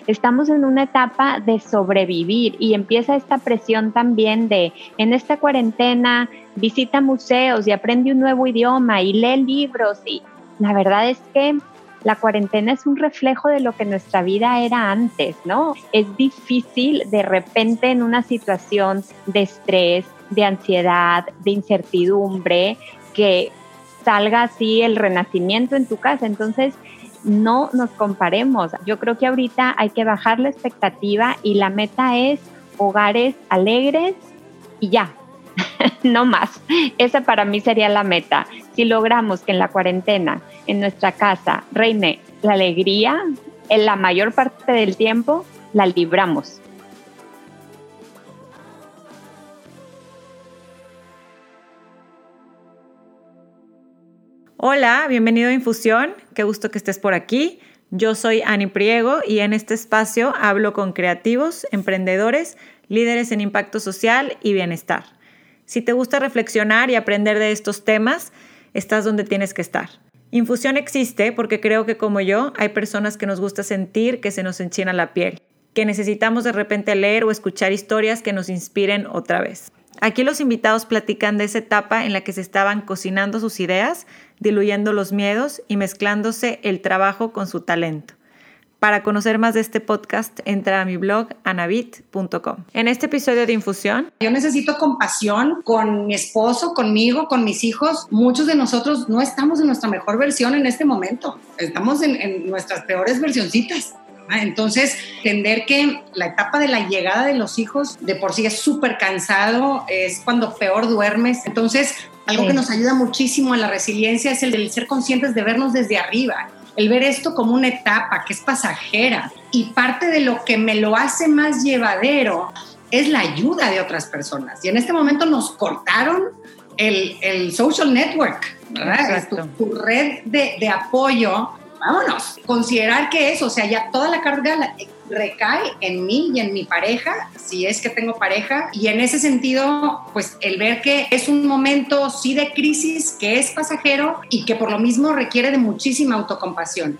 estamos en una etapa de sobrevivir y empieza esta presión también de en esta cuarentena visita museos y aprende un nuevo idioma y lee libros, y la verdad es que la cuarentena es un reflejo de lo que nuestra vida era antes, ¿no? Es difícil de repente en una situación de estrés, de ansiedad, de incertidumbre, que salga así el renacimiento en tu casa. Entonces, no nos comparemos. Yo creo que ahorita hay que bajar la expectativa y la meta es hogares alegres y ya, no más. Esa para mí sería la meta. Si logramos que en la cuarentena, en nuestra casa, reine la alegría, en la mayor parte del tiempo, la libramos. Hola, bienvenido a Infusión, qué gusto que estés por aquí. Yo soy Ani Priego y en este espacio hablo con creativos, emprendedores, líderes en impacto social y bienestar. Si te gusta reflexionar y aprender de estos temas, estás donde tienes que estar. Infusión existe porque creo que como yo hay personas que nos gusta sentir que se nos enchina la piel, que necesitamos de repente leer o escuchar historias que nos inspiren otra vez. Aquí los invitados platican de esa etapa en la que se estaban cocinando sus ideas, diluyendo los miedos y mezclándose el trabajo con su talento. Para conocer más de este podcast, entra a mi blog anabit.com. En este episodio de Infusión, yo necesito compasión con mi esposo, conmigo, con mis hijos. Muchos de nosotros no estamos en nuestra mejor versión en este momento. Estamos en nuestras peores versioncitas. Entonces, entender que la etapa de la llegada de los hijos de por sí es súper cansado, es cuando peor duermes. Entonces, algo que nos ayuda muchísimo a la resiliencia es el ser conscientes de vernos desde arriba, el ver esto como una etapa que es pasajera. Y parte de lo que me lo hace más llevadero es la ayuda de otras personas. Y en este momento nos cortaron el social network, ¿verdad? Tu red de apoyo. Vámonos, considerar que eso, o sea, ya toda la carga recae en mí y en mi pareja, si es que tengo pareja, y en ese sentido, pues el ver que es un momento sí de crisis, que es pasajero y que por lo mismo requiere de muchísima autocompasión.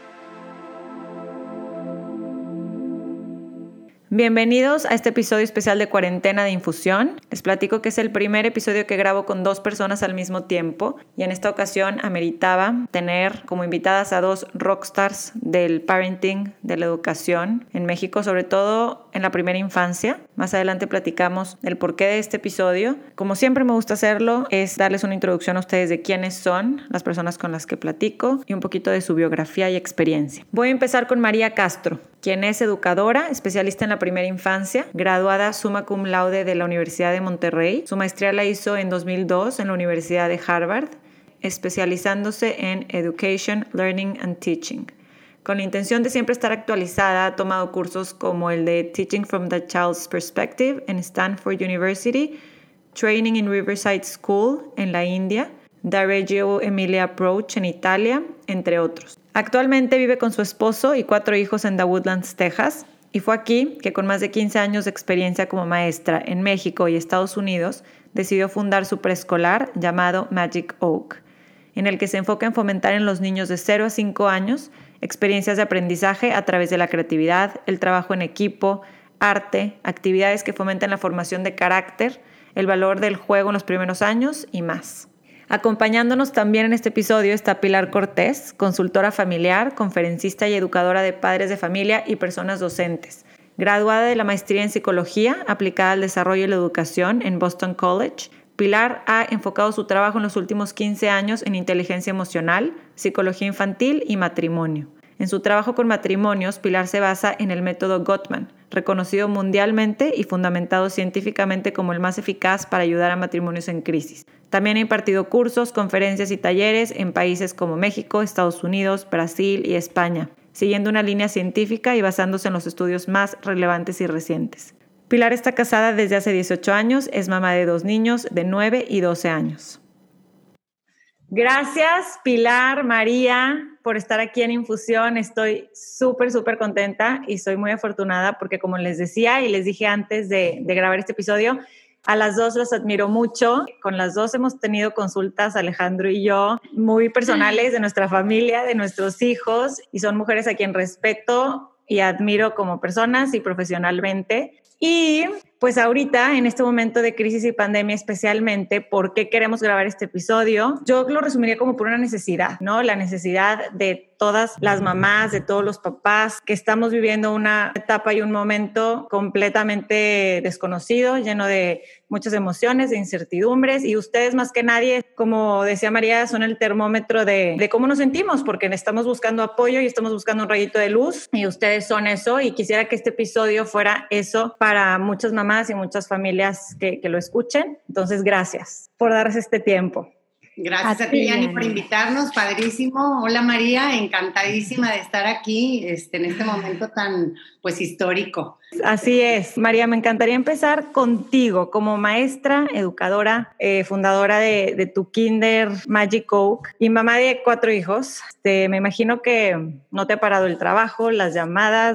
bienvenidos a este episodio especial de Cuarentena de Infusión. Les platico que es el primer episodio que grabo con 2 personas al mismo tiempo y en esta ocasión ameritaba tener como invitadas a 2 rockstars del parenting, de la educación en México, sobre todo en la primera infancia. Más adelante platicamos el porqué de este episodio. Como siempre me gusta hacerlo, es darles una introducción a ustedes de quiénes son las personas con las que platico y un poquito de su biografía y experiencia. Voy a empezar con María Castro, quien es educadora, especialista en la primera infancia, graduada summa cum laude de la Universidad de Monterrey. Su maestría la hizo en 2002 en la Universidad de Harvard, especializándose en Education, Learning and Teaching. Con la intención de siempre estar actualizada, ha tomado cursos como el de Teaching from the Child's Perspective en Stanford University, Training in Riverside School en la India, The Reggio Emilia Approach en Italia, entre otros. Actualmente vive con su esposo y 4 hijos en The Woodlands, Texas, y fue aquí que con más de 15 años de experiencia como maestra en México y Estados Unidos, decidió fundar su preescolar llamado Magic Oak, en el que se enfoca en fomentar en los niños de 0 a 5 años experiencias de aprendizaje a través de la creatividad, el trabajo en equipo, arte, actividades que fomenten la formación de carácter, el valor del juego en los primeros años y más. Acompañándonos también en este episodio está Pilar Cortés, consultora familiar, conferencista y educadora de padres de familia y personas docentes. Graduada de la maestría en psicología aplicada al desarrollo y la educación en Boston College, Pilar ha enfocado su trabajo en los últimos 15 años en inteligencia emocional, psicología infantil y matrimonio. En su trabajo con matrimonios, Pilar se basa en el método Gottman, reconocido mundialmente y fundamentado científicamente como el más eficaz para ayudar a matrimonios en crisis. También ha impartido cursos, conferencias y talleres en países como México, Estados Unidos, Brasil y España, siguiendo una línea científica y basándose en los estudios más relevantes y recientes. Pilar está casada desde hace 18 años, es mamá de 2 niños de 9 y 12 años. Gracias, Pilar, María, por estar aquí en Infusión. Estoy súper contenta y soy muy afortunada porque, como les decía y les dije antes de grabar este episodio, a las 2 las admiro mucho. Con las 2 hemos tenido consultas, Alejandro y yo, muy personales de nuestra familia, de nuestros hijos, y son mujeres a quien respeto y admiro como personas y profesionalmente. Y pues ahorita, en este momento de crisis y pandemia especialmente, ¿por qué queremos grabar este episodio? Yo lo resumiría como por una necesidad, ¿no? La necesidad de todas las mamás, de todos los papás, que estamos viviendo una etapa y un momento completamente desconocido, lleno de muchas emociones, de incertidumbres, y ustedes más que nadie, como decía María, son el termómetro de cómo nos sentimos, porque estamos buscando apoyo y estamos buscando un rayito de luz, y ustedes son eso, y quisiera que este episodio fuera eso para muchas mamás y muchas familias que lo escuchen. Entonces, gracias por darse este tiempo. Gracias a ti, Yani, por invitarnos, padrísimo. Hola María, encantadísima de estar aquí en este momento tan pues histórico. Así es, María, me encantaría empezar contigo como maestra, educadora, fundadora de tu Kinder Magic Oak y mamá de 4 hijos. Me imagino que no te ha parado el trabajo, las llamadas,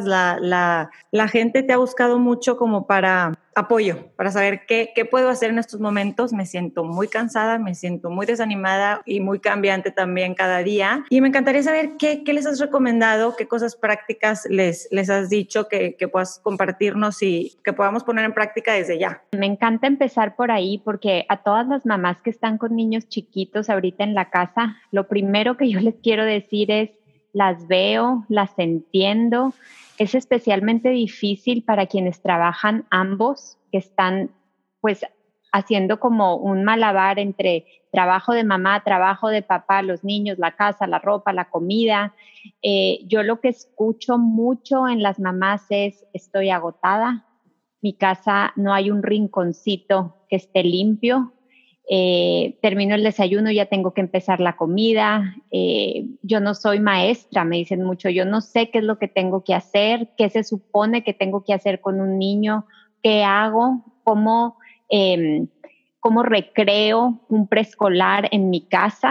la gente te ha buscado mucho como para apoyo, para saber qué puedo hacer en estos momentos. Me siento muy cansada, me siento muy desanimada y muy cambiante también cada día. Y me encantaría saber qué les has recomendado, qué cosas prácticas les has dicho que puedas compartirnos y que podamos poner en práctica desde ya. Me encanta empezar por ahí porque a todas las mamás que están con niños chiquitos ahorita en la casa, lo primero que yo les quiero decir es, las veo, las entiendo. Es especialmente difícil para quienes trabajan ambos, que están pues haciendo como un malabar entre trabajo de mamá, trabajo de papá, los niños, la casa, la ropa, la comida. Yo lo que escucho mucho en las mamás es, estoy agotada, mi casa no hay un rinconcito que esté limpio. Termino el desayuno, ya tengo que empezar la comida. Yo no soy maestra, me dicen mucho, yo no sé qué es lo que tengo que hacer, qué se supone que tengo que hacer con un niño, qué hago, cómo recreo un preescolar en mi casa.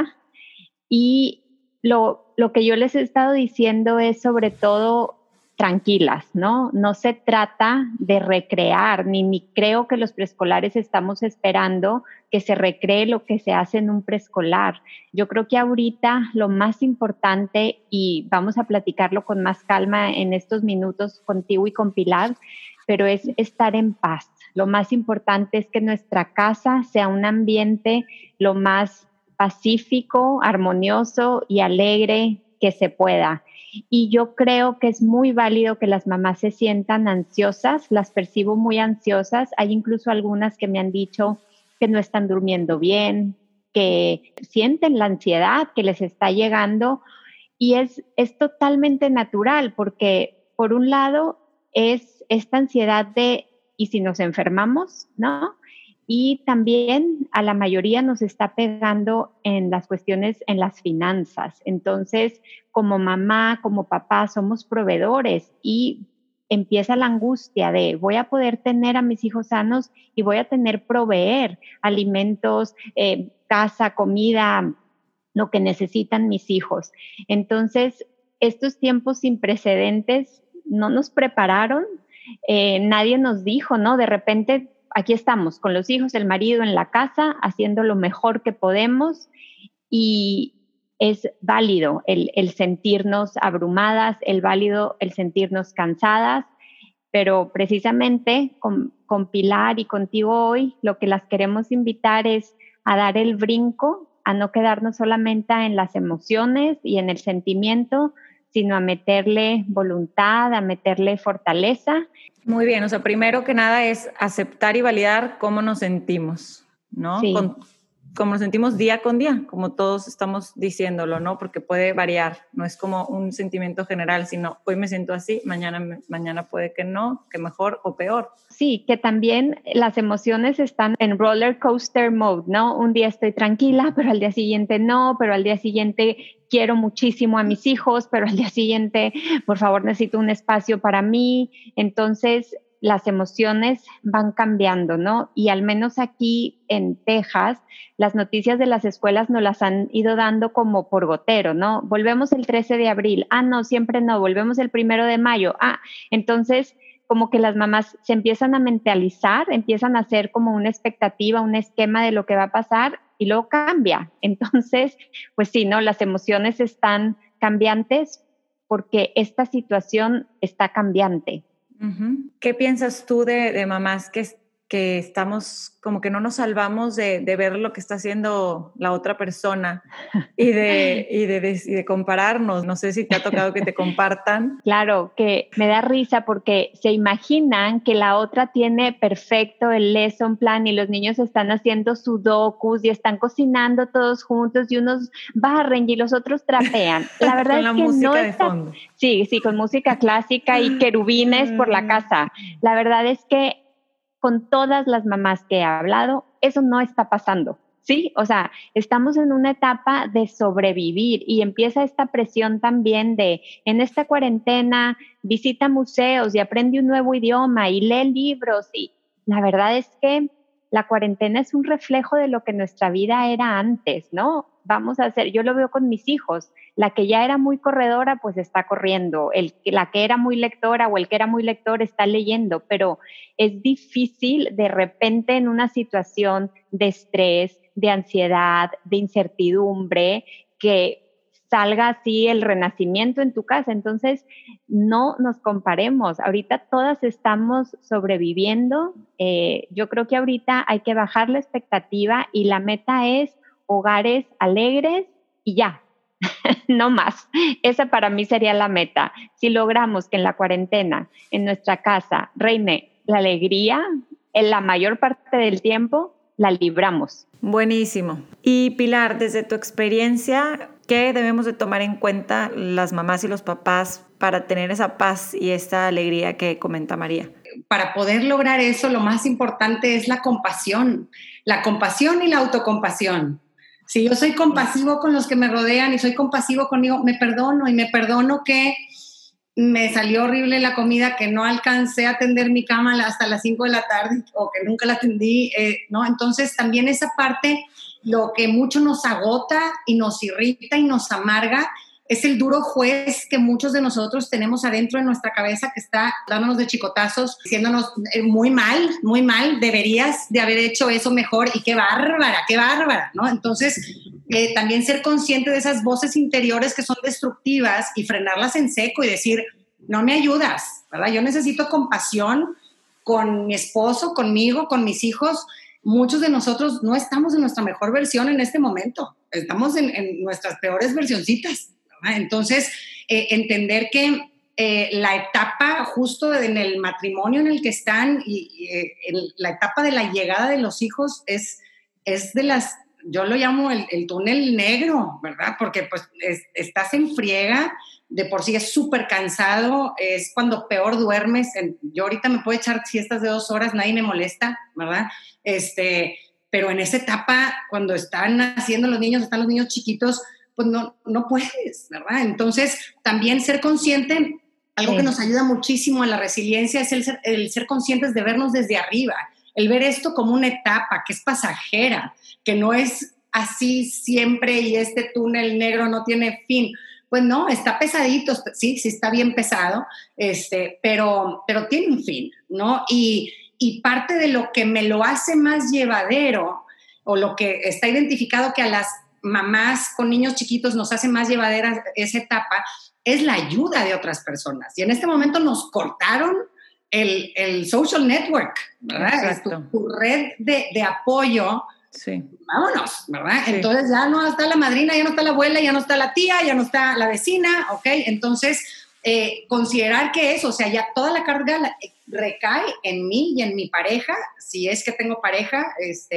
Y lo que yo les he estado diciendo es sobre todo tranquilas, ¿no? No se trata de recrear, ni creo que los preescolares estamos esperando que se recree lo que se hace en un preescolar. Yo creo que ahorita lo más importante, y vamos a platicarlo con más calma en estos minutos contigo y con Pilar, pero es estar en paz. Lo más importante es que nuestra casa sea un ambiente lo más pacífico, armonioso y alegre que se pueda. Y yo creo que es muy válido que las mamás se sientan ansiosas, las percibo muy ansiosas. Hay incluso algunas que me han dicho que no están durmiendo bien, que sienten la ansiedad que les está llegando, y es totalmente natural porque por un lado es esta ansiedad de ¿y si nos enfermamos? ¿No? Y también a la mayoría nos está pegando en las cuestiones, en las finanzas. Entonces, como mamá, como papá, somos proveedores y empieza la angustia de voy a poder tener a mis hijos sanos y voy a proveer alimentos, casa, comida, lo que necesitan mis hijos. Entonces, estos tiempos sin precedentes no nos prepararon, nadie nos dijo, ¿no? De repente aquí estamos con los hijos, el marido en la casa, haciendo lo mejor que podemos, y es válido el sentirnos abrumadas, válido el sentirnos cansadas, pero precisamente con Pilar y contigo hoy, lo que las queremos invitar es a dar el brinco, a no quedarnos solamente en las emociones y en el sentimiento, sino a meterle voluntad, a meterle fortaleza. Muy bien, o sea, primero que nada es aceptar y validar cómo nos sentimos, ¿no? Sí. Como nos sentimos día con día, como todos estamos diciéndolo, ¿no? Porque puede variar, no es como un sentimiento general, sino hoy me siento así, mañana puede que no, que mejor o peor. Sí, que también las emociones están en roller coaster mode, ¿no? Un día estoy tranquila, pero al día siguiente no, pero al día siguiente quiero muchísimo a mis hijos, pero al día siguiente, por favor, necesito un espacio para mí. Entonces, las emociones van cambiando, ¿no? Y al menos aquí en Texas, las noticias de las escuelas nos las han ido dando como por gotero, ¿no? Volvemos el 13 de abril, no, siempre no, volvemos el 1 de mayo, entonces como que las mamás se empiezan a mentalizar, empiezan a hacer como una expectativa, un esquema de lo que va a pasar y luego cambia. Entonces, pues sí, ¿no? Las emociones están cambiantes, porque esta situación está cambiante. Uh-huh. ¿Qué piensas tú de mamás que estamos como que no nos salvamos de ver lo que está haciendo la otra persona y de compararnos? No sé si te ha tocado que te compartan. Claro, que me da risa porque se imaginan que la otra tiene perfecto el lesson plan y los niños están haciendo sudokus y están cocinando todos juntos y unos barren y los otros trapean. La verdad con es que música no de está... fondo. Sí, con música clásica y querubines por la casa. La verdad es que con todas las mamás que he hablado, eso no está pasando, ¿sí? O sea, estamos en una etapa de sobrevivir y empieza esta presión también de, en esta cuarentena, visita museos y aprende un nuevo idioma y lee libros. Y la verdad es que la cuarentena es un reflejo de lo que nuestra vida era antes, ¿no? Vamos a hacer, yo lo veo con mis hijos, la que ya era muy corredora, pues está corriendo, la que era muy lectora o el que era muy lector está leyendo, pero es difícil de repente en una situación de estrés, de ansiedad, de incertidumbre, que salga así el renacimiento en tu casa. Entonces, no nos comparemos. Ahorita todas estamos sobreviviendo. Yo creo que ahorita hay que bajar la expectativa y la meta es hogares alegres y ya, no más. Esa para mí sería la meta. Si logramos que en la cuarentena, en nuestra casa, reine la alegría, en la mayor parte del tiempo, la libramos. Buenísimo. Y Pilar, desde tu experiencia, ¿qué debemos de tomar en cuenta las mamás y los papás para tener esa paz y esta alegría que comenta María? Para poder lograr eso, lo más importante es la compasión y la autocompasión. Si yo soy compasivo con los que me rodean y soy compasivo conmigo, me perdono que me salió horrible la comida, que no alcancé a atender mi cama hasta las 5 de la tarde o que nunca la atendí, ¿no? Entonces también esa parte, lo que mucho nos agota y nos irrita y nos amarga, es el duro juez que muchos de nosotros tenemos adentro de nuestra cabeza que está dándonos de chicotazos, diciéndonos muy mal, deberías de haber hecho eso mejor y qué bárbara, ¿no? Entonces, también ser consciente de esas voces interiores que son destructivas y frenarlas en seco y decir, no me ayudas, ¿verdad? Yo necesito compasión con mi esposo, conmigo, con mis hijos. Muchos de nosotros no estamos en nuestra mejor versión en este momento, estamos en nuestras peores versioncitas. Entonces, entender que la etapa justo en el matrimonio en el que están y la etapa de la llegada de los hijos es de las, yo lo llamo el túnel negro, ¿verdad? Porque pues estás en friega, de por sí es súper cansado, es cuando peor duermes. Yo ahorita me puedo echar siestas de 2 horas, nadie me molesta, ¿verdad? Pero en esa etapa, cuando están naciendo los niños, están los niños chiquitos, pues no puedes, ¿verdad? Entonces, también ser consciente, algo que nos ayuda muchísimo a la resiliencia es el ser conscientes de vernos desde arriba, el ver esto como una etapa que es pasajera, que no es así siempre y este túnel negro no tiene fin. Pues no, está pesadito, sí está bien pesado, pero tiene un fin, ¿no? Y parte de lo que me lo hace más llevadero, o lo que está identificado que a las mamás con niños chiquitos nos hace más llevadera esa etapa, es la ayuda de otras personas. Y en este momento nos cortaron el social network, ¿verdad? Tu red de apoyo. Sí. Vámonos, ¿verdad? Sí. Entonces ya no está la madrina, ya no está la abuela, ya no está la tía, ya no está la vecina, ¿ok? Entonces, considerar que eso, o sea, ya toda la carga recae en mí y en mi pareja, si es que tengo pareja,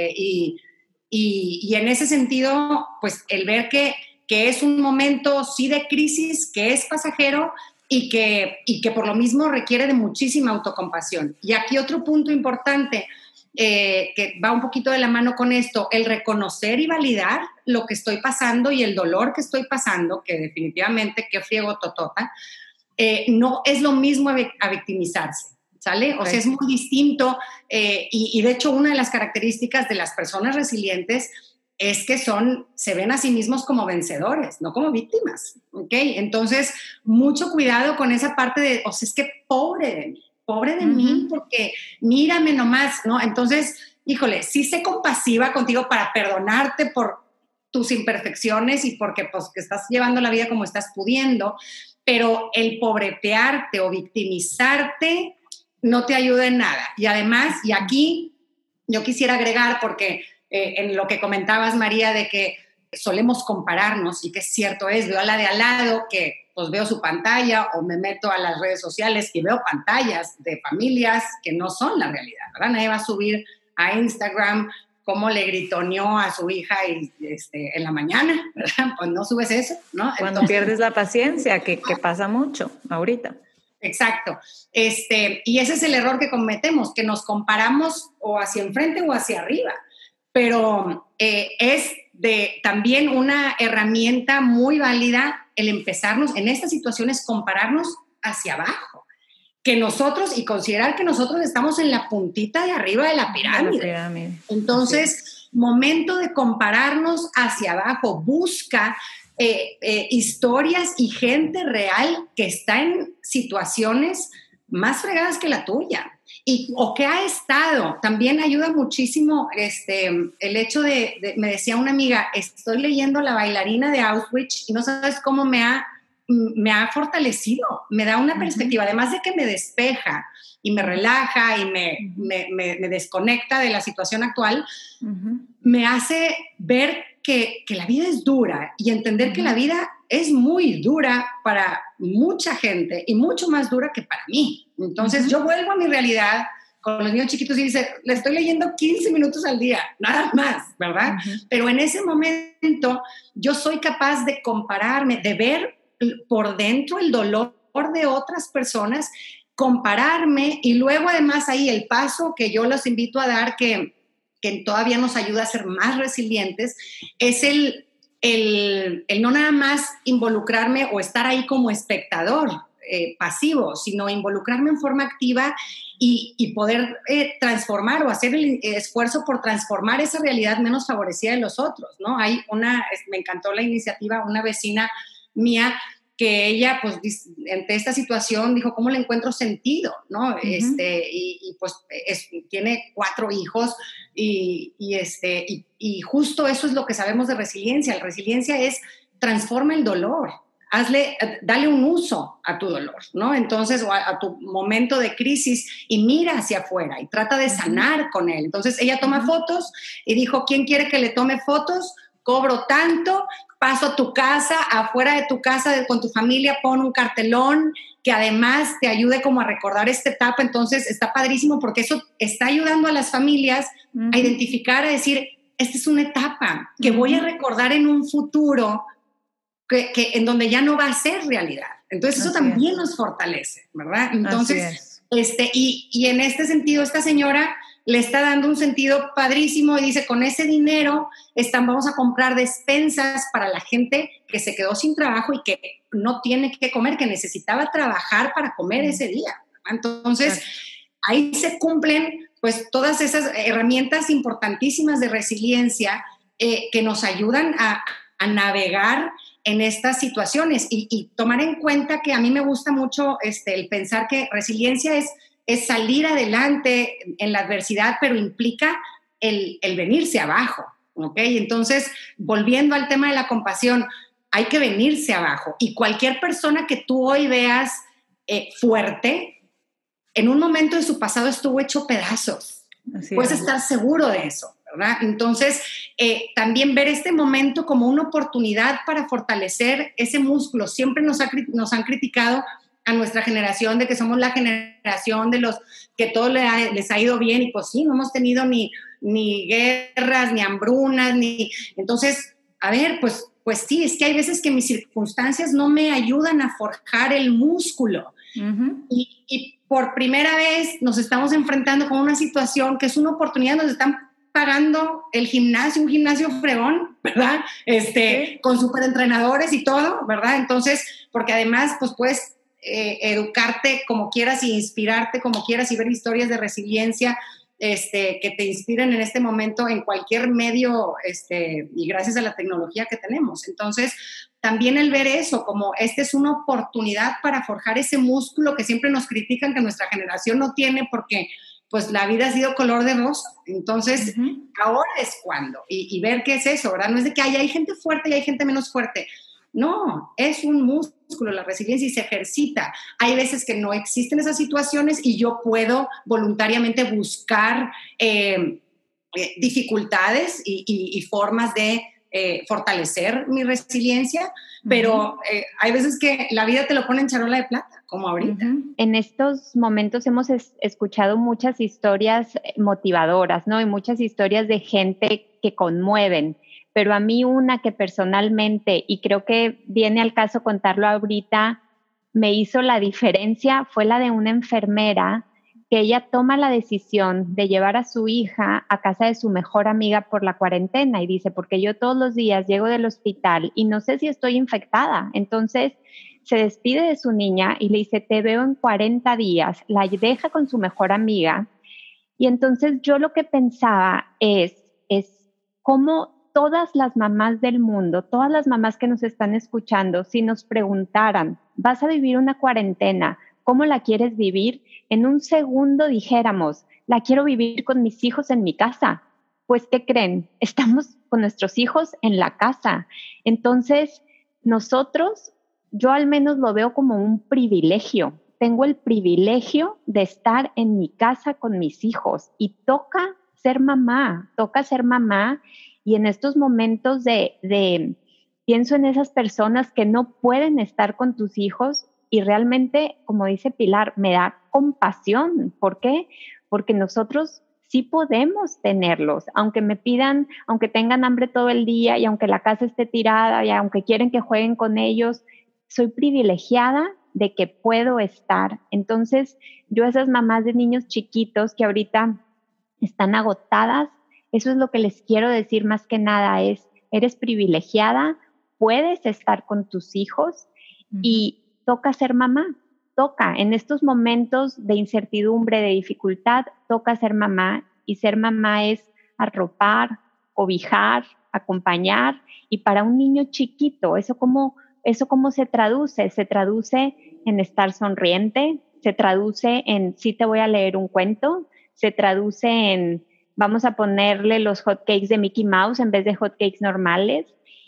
y en ese sentido, pues el ver que es un momento sí de crisis, que es pasajero y que por lo mismo requiere de muchísima autocompasión. Y aquí otro punto importante que va un poquito de la mano con esto, el reconocer y validar lo que estoy pasando y el dolor que estoy pasando, que definitivamente, qué friego totota, no es lo mismo a victimizarse. ¿Sale? O sea, es muy distinto y de hecho una de las características de las personas resilientes es que se ven a sí mismos como vencedores, no como víctimas, ¿ok? Entonces, mucho cuidado con esa parte de, o sea, es que pobre de mí, porque mírame nomás, ¿no? Entonces, híjole, sí sé compasiva contigo para perdonarte por tus imperfecciones y porque pues que estás llevando la vida como estás pudiendo, pero el pobretearte o victimizarte no te ayuda en nada. Y además, y aquí yo quisiera agregar, porque en lo que comentabas, María, de que solemos compararnos, y que es cierto, veo a la de al lado que pues veo su pantalla, o me meto a las redes sociales y veo pantallas de familias que no son la realidad, ¿verdad? Nadie va a subir a Instagram cómo le gritoneó a su hija en la mañana, ¿verdad? Pues no subes eso, ¿no? Cuando pierdes la paciencia, que pasa mucho ahorita. Exacto. Y ese es el error que cometemos, que nos comparamos o hacia enfrente o hacia arriba. Pero es también una herramienta muy válida el empezarnos en estas situaciones, compararnos hacia abajo. Que nosotros, y considerar que nosotros estamos en la puntita de arriba de la pirámide. Entonces, momento de compararnos hacia abajo. Busca historias y gente real que está en situaciones más fregadas que la tuya. O que ha estado. También ayuda muchísimo el hecho me decía una amiga, estoy leyendo La bailarina de Auschwitz y no sabes cómo me ha fortalecido, me da una perspectiva, además de que me despeja y me relaja y me desconecta de la situación actual, me hace ver que la vida es dura y entender que la vida es muy dura para mucha gente y mucho más dura que para mí. Entonces yo vuelvo a mi realidad con los niños chiquitos y dice, le estoy leyendo 15 minutos al día, nada más, ¿verdad? Pero en ese momento yo soy capaz de compararme, de ver por dentro el dolor de otras personas, compararme, y luego además ahí el paso que yo los invito a dar, que todavía nos ayuda a ser más resilientes, es el no nada más involucrarme o estar ahí como espectador pasivo, sino involucrarme en forma activa y poder transformar o hacer el esfuerzo por transformar esa realidad menos favorecida de los otros, ¿no? Me encantó la iniciativa, una vecina mía, que ella, pues, ante esta situación dijo, ¿cómo le encuentro sentido? ¿No? Pues tiene 4 hijos y justo eso es lo que sabemos de resiliencia. La resiliencia es transforma el dolor. Dale un uso a tu dolor, ¿no? Entonces, o a tu momento de crisis, y mira hacia afuera y trata de sanar con él. Entonces, ella toma fotos y dijo, ¿quién quiere que le tome fotos? Cobro tanto, paso a tu casa, afuera de tu casa con tu familia, pon un cartelón que además te ayude como a recordar esta etapa. Entonces está padrísimo porque eso está ayudando a las familias a identificar, a decir, esta es una etapa que voy a recordar en un futuro que en donde ya no va a ser realidad. Entonces eso también nos fortalece, ¿verdad? Entonces, y en este sentido, esta señora le está dando un sentido padrísimo y dice, con ese dinero vamos a comprar despensas para la gente que se quedó sin trabajo y que no tiene que comer, que necesitaba trabajar para comer ese día. Entonces, ahí se cumplen pues todas esas herramientas importantísimas de resiliencia que nos ayudan a navegar en estas situaciones y tomar en cuenta que a mí me gusta mucho el pensar que resiliencia es salir adelante en la adversidad, pero implica el venirse abajo, ¿ok? Entonces, volviendo al tema de la compasión, hay que venirse abajo. Y cualquier persona que tú hoy veas fuerte, en un momento de su pasado estuvo hecho pedazos. Puedes estar seguro de eso, ¿verdad? Entonces, también ver este momento como una oportunidad para fortalecer ese músculo. Siempre nos han criticado a nuestra generación de que somos la generación de los que todo les ha ido bien, y pues sí, no hemos tenido ni guerras, ni hambrunas, Entonces, a ver, pues sí, es que hay veces que mis circunstancias no me ayudan a forjar el músculo. Y por primera vez nos estamos enfrentando con una situación que es una oportunidad, nos están pagando el gimnasio, un gimnasio fregón, ¿verdad? Con superentrenadores y todo, ¿verdad? Entonces, porque además, pues puedes educarte como quieras y inspirarte como quieras y ver historias de resiliencia que te inspiren en este momento en cualquier medio y gracias a la tecnología que tenemos. Entonces, también el ver eso como esta es una oportunidad para forjar ese músculo que siempre nos critican que nuestra generación no tiene porque pues la vida ha sido color de rosa. Entonces, ahora es cuando. Y ver qué es eso, ¿verdad? No es de que hay gente fuerte y hay gente menos fuerte. No, es un músculo, la resiliencia, y se ejercita. Hay veces que no existen esas situaciones y yo puedo voluntariamente buscar dificultades y formas de fortalecer mi resiliencia, pero hay veces que la vida te lo pone en charola de plata, como ahorita. En estos momentos hemos escuchado muchas historias motivadoras, ¿no? Y muchas historias de gente que conmueven, pero a mí una que personalmente, y creo que viene al caso contarlo ahorita, me hizo la diferencia, fue la de una enfermera que ella toma la decisión de llevar a su hija a casa de su mejor amiga por la cuarentena y dice, porque yo todos los días llego del hospital y no sé si estoy infectada. Entonces se despide de su niña y le dice, te veo en 40 días, la deja con su mejor amiga. Y entonces yo lo que pensaba es cómo todas las mamás del mundo, todas las mamás que nos están escuchando, si nos preguntaran, vas a vivir una cuarentena, ¿cómo la quieres vivir? En un segundo dijéramos, la quiero vivir con mis hijos en mi casa. Pues, ¿qué creen? Estamos con nuestros hijos en la casa. Entonces, nosotros, yo al menos lo veo como un privilegio. Tengo el privilegio de estar en mi casa con mis hijos y toca ser mamá y en estos momentos pienso en esas personas que no pueden estar con tus hijos y realmente, como dice Pilar, me da compasión. ¿Por qué? Porque nosotros sí podemos tenerlos, aunque me pidan, aunque tengan hambre todo el día y aunque la casa esté tirada y aunque quieren que jueguen con ellos, soy privilegiada de que puedo estar. Entonces, yo a esas mamás de niños chiquitos que ahorita están agotadas, eso es lo que les quiero decir más que nada, eres privilegiada, puedes estar con tus hijos y toca ser mamá, toca. En estos momentos de incertidumbre, de dificultad, toca ser mamá y ser mamá es arropar, cobijar, acompañar y para un niño chiquito, ¿eso cómo se traduce? Se traduce en estar sonriente, se traduce en sí te voy a leer un cuento, se traduce en vamos a ponerle los hot cakes de Mickey Mouse en vez de hot cakes normales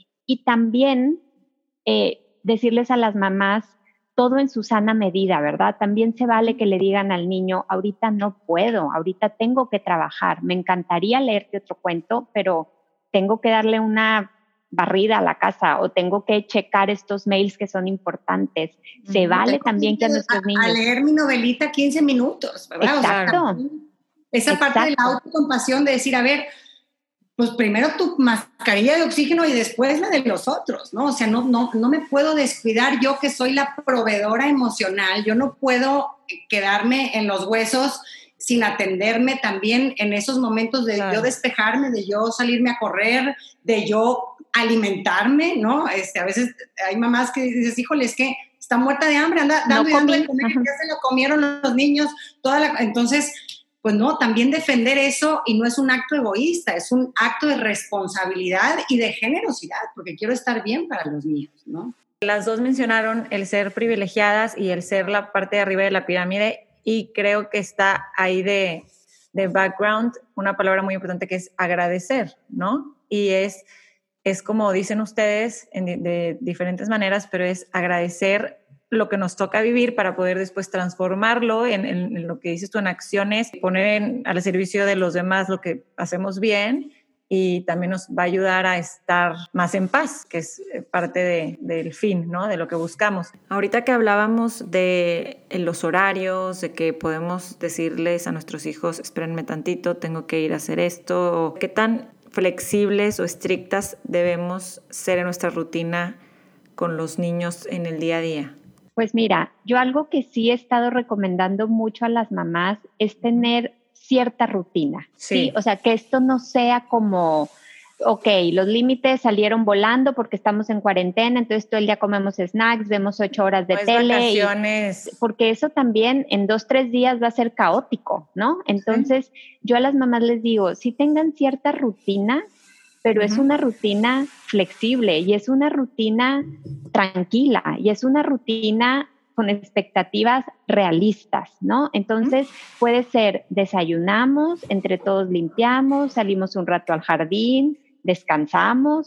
y también decirles a las mamás todo en su sana medida, ¿verdad? También se vale que le digan al niño, ahorita no puedo, ahorita tengo que trabajar, me encantaría leerte otro cuento, pero tengo que darle una barrida a la casa o tengo que checar estos mails que son importantes. Se vale también que a nuestros niños... A leer mi novelita 15 minutos, ¿verdad? Exacto. O sea, esa parte de la autocompasión de decir, a ver, pues primero tu mascarilla de oxígeno y después la de los otros, ¿no? O sea, no me puedo descuidar yo que soy la proveedora emocional, yo no puedo quedarme en los huesos sin atenderme también en esos momentos de yo despejarme, de yo salirme a correr, de yo alimentarme, ¿no? A veces hay mamás que dices, híjole, es que está muerta de hambre, anda dando de comer, ya se lo comieron los niños, entonces... Pues no, también defender eso y no es un acto egoísta, es un acto de responsabilidad y de generosidad, porque quiero estar bien para los niños, ¿no? Las dos mencionaron el ser privilegiadas y el ser la parte de arriba de la pirámide y creo que está ahí de background una palabra muy importante que es agradecer, ¿no? Y es como dicen ustedes de diferentes maneras, pero es agradecer lo que nos toca vivir para poder después transformarlo en lo que dices tú, en acciones, poner al servicio de los demás lo que hacemos bien y también nos va a ayudar a estar más en paz, que es parte del fin, ¿no? De lo que buscamos. Ahorita que hablábamos de los horarios, de que podemos decirles a nuestros hijos, espérenme tantito, tengo que ir a hacer esto, o qué tan flexibles o estrictas debemos ser en nuestra rutina con los niños en el día a día. Pues mira, yo algo que sí he estado recomendando mucho a las mamás es tener cierta rutina, ¿sí? O sea, que esto no sea como, ok, los límites salieron volando porque estamos en cuarentena, entonces todo el día comemos snacks, vemos 8 horas de tele. Vacaciones. Porque eso también en 2-3 días va a ser caótico, ¿no? Entonces, yo a las mamás les digo, sí tengan cierta rutina, pero es una rutina flexible y es una rutina tranquila y es una rutina con expectativas realistas, ¿no? Entonces puede ser desayunamos, entre todos limpiamos, salimos un rato al jardín, descansamos,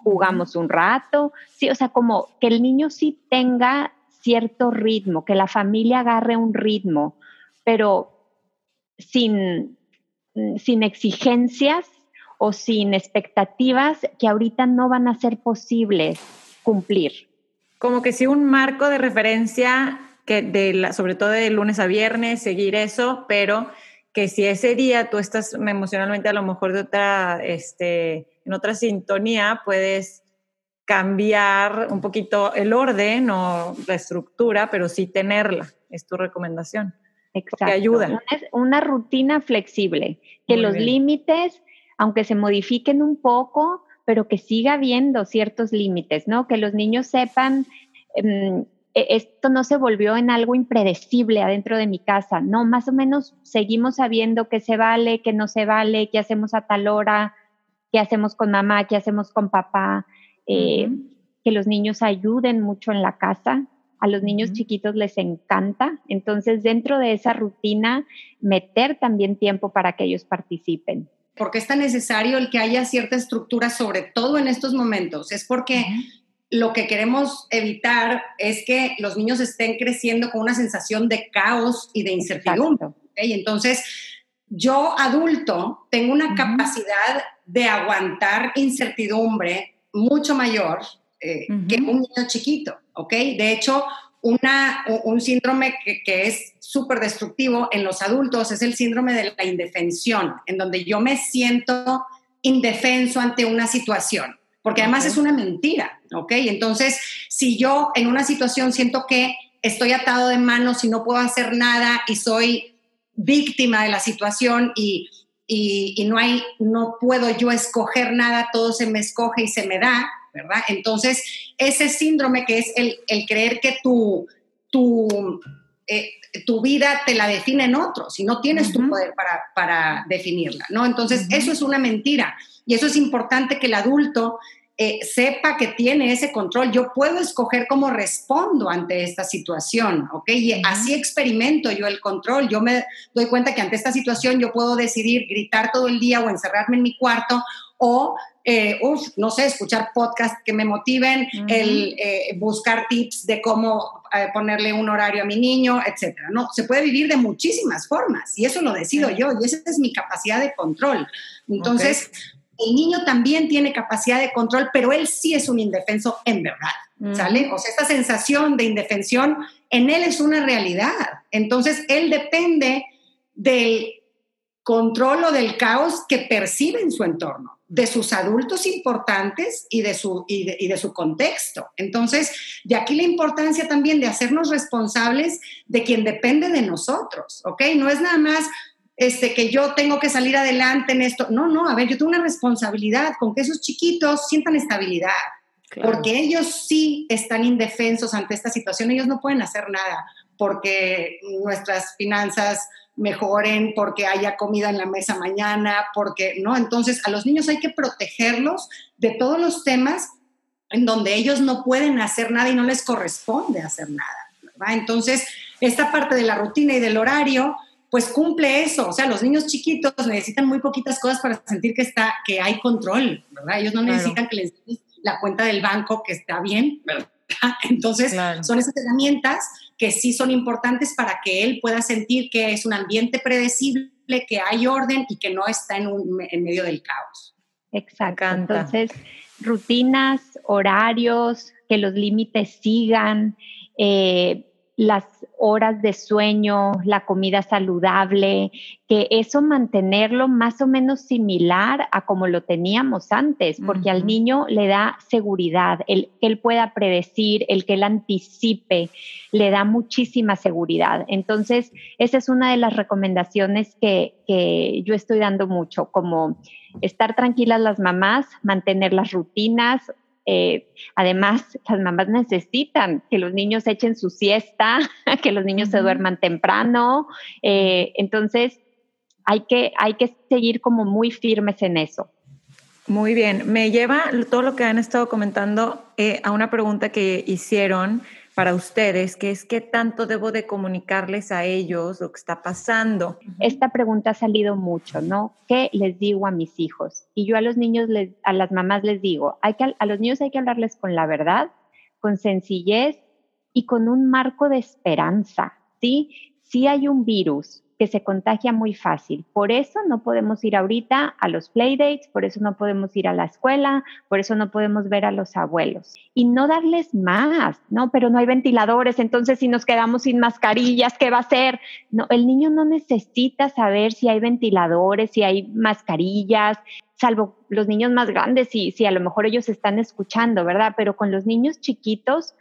jugamos un rato, sí, o sea, como que el niño sí tenga cierto ritmo, que la familia agarre un ritmo, pero sin exigencias o sin expectativas que ahorita no van a ser posibles cumplir. Como que sí un marco de referencia que sobre todo de lunes a viernes, seguir eso, pero que si ese día tú estás emocionalmente a lo mejor en otra sintonía, puedes cambiar un poquito el orden o la estructura, pero sí tenerla, es tu recomendación. Exacto. Que ayuda. Una rutina flexible, que los límites, aunque se modifiquen un poco, pero que siga habiendo ciertos límites, ¿no? Que los niños sepan, esto no se volvió en algo impredecible adentro de mi casa, no, más o menos seguimos sabiendo qué se vale, qué no se vale, qué hacemos a tal hora, qué hacemos con mamá, qué hacemos con papá, que los niños ayuden mucho en la casa. A los niños chiquitos les encanta, entonces dentro de esa rutina meter también tiempo para que ellos participen. ¿Por qué es tan necesario el que haya cierta estructura, sobre todo en estos momentos? Es porque lo que queremos evitar es que los niños estén creciendo con una sensación de caos y de incertidumbre. ¿Okay? Entonces, yo adulto tengo una capacidad de aguantar incertidumbre mucho mayor que un niño chiquito, ¿ok? De hecho, un síndrome que es súper destructivo en los adultos es el síndrome de la indefensión, en donde yo me siento indefenso ante una situación, porque además es una mentira, ¿ok? Entonces, si yo en una situación siento que estoy atado de manos y no puedo hacer nada y soy víctima de la situación y no puedo yo escoger nada, todo se me escoge y se me da, ¿verdad? Entonces, ese síndrome que es el creer que tu vida te la definen otros y no tienes tu poder para definirla, ¿no? Entonces, eso es una mentira y eso es importante que el adulto sepa que tiene ese control. Yo puedo escoger cómo respondo ante esta situación, ¿ok? Y así experimento yo el control. Yo me doy cuenta que ante esta situación yo puedo decidir gritar todo el día o encerrarme en mi cuarto o, no sé, escuchar podcasts que me motiven, buscar tips de cómo ponerle un horario a mi niño, etcétera, ¿no? Se puede vivir de muchísimas formas y eso lo decido yo y esa es mi capacidad de control. Entonces, el niño también tiene capacidad de control, pero él sí es un indefenso en verdad, ¿sale? O sea, esta sensación de indefensión en él es una realidad. Entonces, él depende del control o del caos que percibe en su entorno, de sus adultos importantes y de su contexto. Entonces, de aquí la importancia también de hacernos responsables de quien depende de nosotros, ¿ok? No es nada más que yo tengo que salir adelante en esto. No, a ver, yo tengo una responsabilidad con que esos chiquitos sientan estabilidad, porque ellos sí están indefensos ante esta situación, ellos no pueden hacer nada porque nuestras finanzas mejoren, porque haya comida en la mesa mañana, porque, ¿no? Entonces, a los niños hay que protegerlos de todos los temas en donde ellos no pueden hacer nada y no les corresponde hacer nada, ¿verdad? Entonces, esta parte de la rutina y del horario pues cumple eso. O sea, los niños chiquitos necesitan muy poquitas cosas para sentir que hay control, ¿verdad? Ellos no necesitan que les den la cuenta del banco que está bien, ¿verdad? Entonces, son esas herramientas que sí son importantes para que él pueda sentir que es un ambiente predecible, que hay orden y que no está en medio del caos. Exacto. Entonces, rutinas, horarios, que los límites sigan, las horas de sueño, la comida saludable, que eso mantenerlo más o menos similar a como lo teníamos antes, porque al niño le da seguridad, el que él pueda predecir, el que él anticipe, le da muchísima seguridad. Entonces, esa es una de las recomendaciones que yo estoy dando mucho, como estar tranquilas las mamás, mantener las rutinas. Además, las mamás necesitan que los niños echen su siesta, que los niños se duerman temprano. Entonces, hay que seguir como muy firmes en eso. Muy bien. Me lleva todo lo que han estado comentando a una pregunta que hicieron para ustedes, que es qué tanto debo de comunicarles a ellos lo que está pasando. Esta pregunta ha salido mucho, ¿no? ¿Qué les digo a mis hijos? Y yo a los niños, a las mamás les digo, a los niños hay que hablarles con la verdad, con sencillez y con un marco de esperanza, ¿sí? Sí hay un virus que se contagia muy fácil. Por eso no podemos ir ahorita a los playdates, por eso no podemos ir a la escuela, por eso no podemos ver a los abuelos. Y no darles más, ¿no? Pero no hay ventiladores, entonces si nos quedamos sin mascarillas, ¿qué va a hacer? No, el niño no necesita saber si hay ventiladores, si hay mascarillas, salvo los niños más grandes, si a lo mejor ellos están escuchando, ¿verdad? Pero con los niños chiquitos,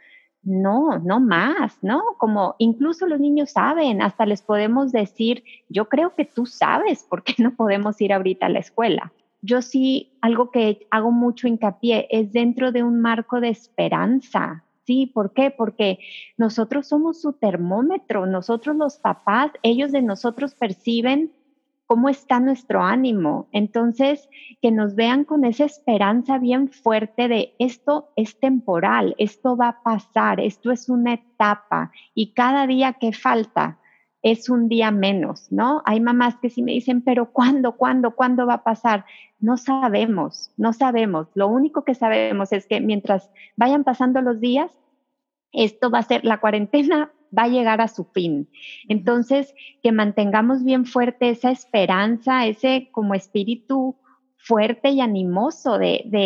no más, ¿no? Como incluso los niños saben, hasta les podemos decir, yo creo que tú sabes por qué no podemos ir ahorita a la escuela. Yo sí, algo que hago mucho hincapié es dentro de un marco de esperanza. Sí, ¿por qué? Porque nosotros somos su termómetro, nosotros los papás, ellos de nosotros perciben cómo está nuestro ánimo. Entonces, que nos vean con esa esperanza bien fuerte de esto es temporal, esto va a pasar, esto es una etapa y cada día que falta es un día menos, ¿no? Hay mamás que sí me dicen, pero ¿cuándo va a pasar? No sabemos. Lo único que sabemos es que mientras vayan pasando los días, esto va a ser, la cuarentena va a llegar a su fin. Entonces, que mantengamos bien fuerte esa esperanza, ese como espíritu fuerte y animoso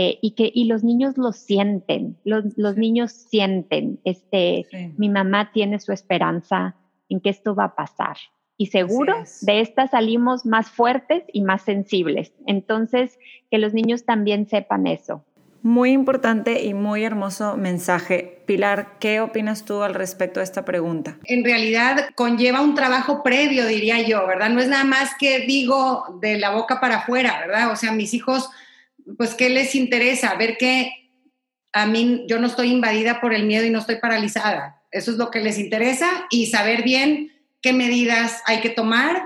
y los niños lo sienten, los niños sienten, mi mamá tiene su esperanza en que esto va a pasar. Y seguro de esta salimos más fuertes y más sensibles. Entonces, que los niños también sepan eso. Muy importante y muy hermoso mensaje. Pilar, ¿qué opinas tú al respecto de esta pregunta? En realidad conlleva un trabajo previo, diría yo, ¿verdad? No es nada más que digo de la boca para afuera, ¿verdad? O sea, mis hijos, pues, ¿qué les interesa? Ver que a mí yo no estoy invadida por el miedo y no estoy paralizada. Eso es lo que les interesa y saber bien qué medidas hay que tomar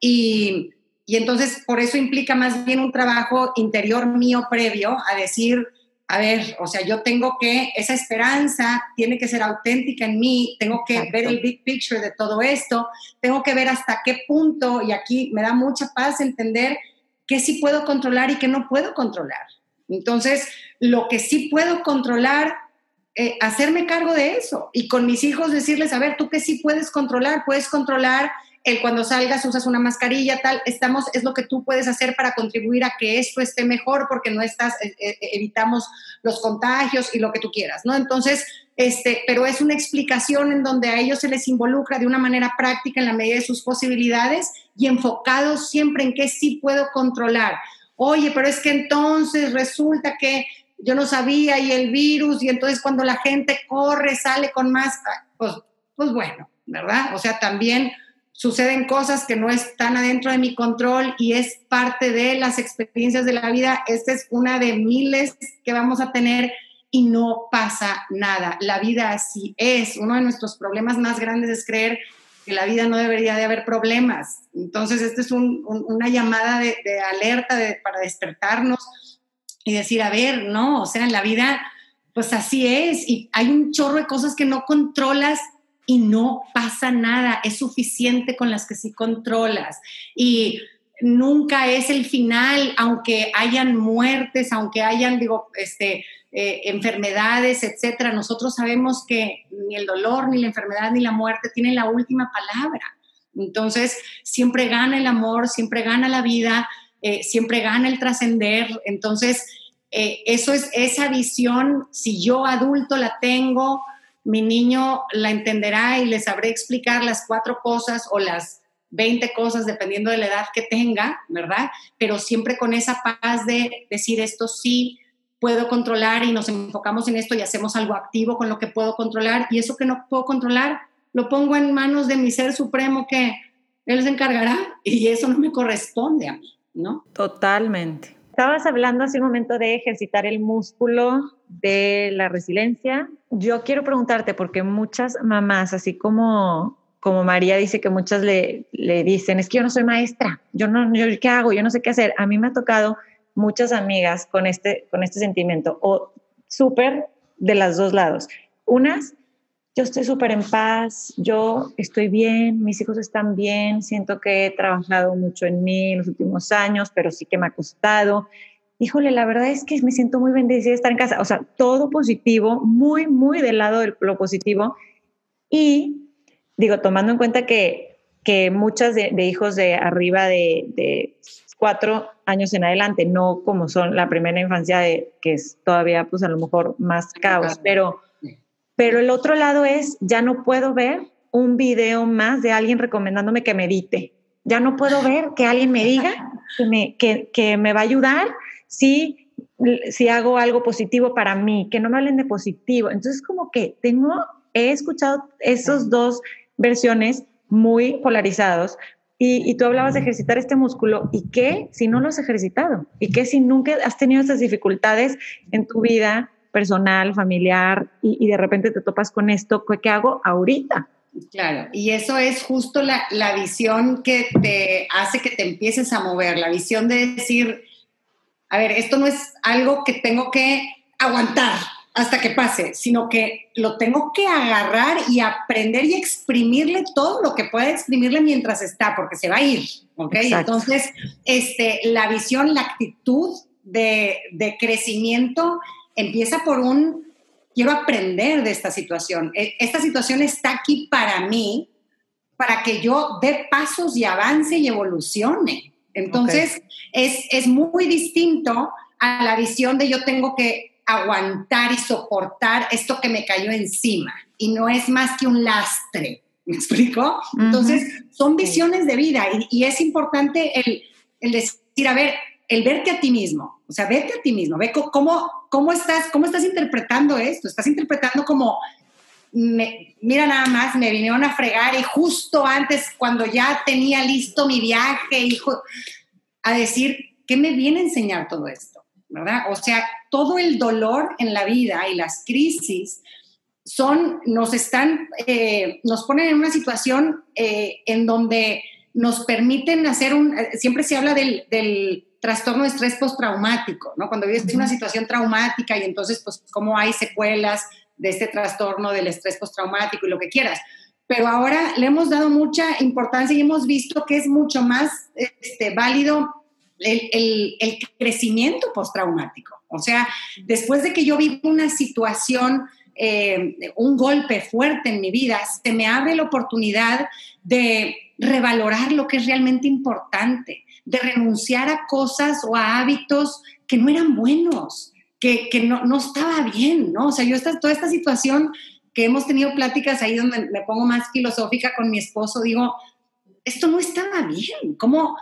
y entonces por eso implica más bien un trabajo interior mío previo a decir, a ver, o sea, yo tengo que, esa esperanza tiene que ser auténtica en mí, tengo que ver el big picture de todo esto, tengo que ver hasta qué punto, y aquí me da mucha paz entender qué sí puedo controlar y qué no puedo controlar. Entonces, lo que sí puedo controlar, hacerme cargo de eso. Y con mis hijos decirles, a ver, tú qué sí puedes controlar cuando salgas usas una mascarilla, tal, es lo que tú puedes hacer para contribuir a que esto esté mejor porque no evitamos los contagios y lo que tú quieras, ¿no? Entonces, pero es una explicación en donde a ellos se les involucra de una manera práctica en la medida de sus posibilidades y enfocados siempre en qué sí puedo controlar. Oye, pero es que entonces resulta que yo no sabía y el virus y entonces cuando la gente corre, sale con máscara, pues bueno, ¿verdad? O sea, también suceden cosas que no están adentro de mi control y es parte de las experiencias de la vida. Esta es una de miles que vamos a tener y no pasa nada. La vida así es. Uno de nuestros problemas más grandes es creer que la vida no debería de haber problemas. Entonces, esta es una llamada de alerta para despertarnos y decir, a ver, no, o sea, en la vida, pues así es. Y hay un chorro de cosas que no controlas y no pasa nada, es suficiente con las que sí controlas y nunca es el final, aunque hayan muertes, aunque hayan, enfermedades, etcétera. Nosotros sabemos que ni el dolor, ni la enfermedad, ni la muerte tienen la última palabra. Entonces, siempre gana el amor, siempre gana la vida, siempre gana el trascender. Entonces, eso es esa visión, si yo adulto la tengo, mi niño la entenderá y le sabré explicar las 4 cosas o las 20 cosas, dependiendo de la edad que tenga, ¿verdad? Pero siempre con esa paz de decir esto sí puedo controlar y nos enfocamos en esto y hacemos algo activo con lo que puedo controlar y eso que no puedo controlar lo pongo en manos de mi ser supremo que él se encargará y eso no me corresponde a mí, ¿no? Totalmente. Estabas hablando hace un momento de ejercitar el músculo de la resiliencia. Yo quiero preguntarte, porque muchas mamás, así como María dice que muchas le dicen, es que yo no soy maestra, yo ¿qué hago? Yo no sé qué hacer. A mí me ha tocado muchas amigas con este sentimiento, o súper de los dos lados. Unas yo estoy súper en paz, yo estoy bien, mis hijos están bien, siento que he trabajado mucho en mí en los últimos años, pero sí que me ha costado. Híjole, la verdad es que me siento muy bendecida de estar en casa, o sea, todo positivo, muy, muy del lado de lo positivo. Y digo, tomando en cuenta que muchas de hijos de arriba de 4 años en adelante, no como son la primera infancia, que es todavía pues a lo mejor más caos, pero el otro lado es, ya no puedo ver un video más de alguien recomendándome que medite. Ya no puedo ver que alguien me diga que me va a ayudar si hago algo positivo para mí, que no me hablen de positivo. Entonces, como que he escuchado esas dos versiones muy polarizados. Y tú hablabas de ejercitar este músculo. ¿Y qué si no lo has ejercitado? ¿Y qué si nunca has tenido esas dificultades en tu vida personal, familiar, y de repente te topas con esto? ¿Qué hago ahorita? Claro, y eso es justo la visión que te hace que te empieces a mover, la visión de decir, a ver, esto no es algo que tengo que aguantar hasta que pase, sino que lo tengo que agarrar y aprender y exprimirle todo lo que pueda exprimirle mientras está, porque se va a ir, ¿ok? Exacto. Entonces, la visión, la actitud de crecimiento empieza por quiero aprender de esta situación. Esta situación está aquí para mí, para que yo dé pasos y avance y evolucione. Entonces, es muy distinto a la visión de yo tengo que aguantar y soportar esto que me cayó encima. Y no es más que un lastre. ¿Me explico? Entonces, son visiones de vida y es importante el decir, a ver, el verte a ti mismo. O sea, vete a ti mismo. Ve cómo estás interpretando esto. Estás interpretando como... mira, nada más me vinieron a fregar y justo antes, cuando ya tenía listo mi viaje, a decir, ¿qué me viene a enseñar todo esto? ¿Verdad? O sea, todo el dolor en la vida y las crisis nos ponen en una situación en donde nos permiten hacer siempre se habla del trastorno de estrés postraumático, ¿no? Cuando vives una situación traumática y entonces, pues, cómo hay secuelas de este trastorno del estrés postraumático y lo que quieras. Pero ahora le hemos dado mucha importancia y hemos visto que es mucho más válido el crecimiento postraumático. O sea, después de que yo vivo una situación, un golpe fuerte en mi vida, se me abre la oportunidad de revalorar lo que es realmente importante, de renunciar a cosas o a hábitos que no eran buenos, que no estaba bien, ¿no? O sea, toda esta situación que hemos tenido pláticas ahí donde me pongo más filosófica con mi esposo, digo, esto no estaba bien. ¿Cómo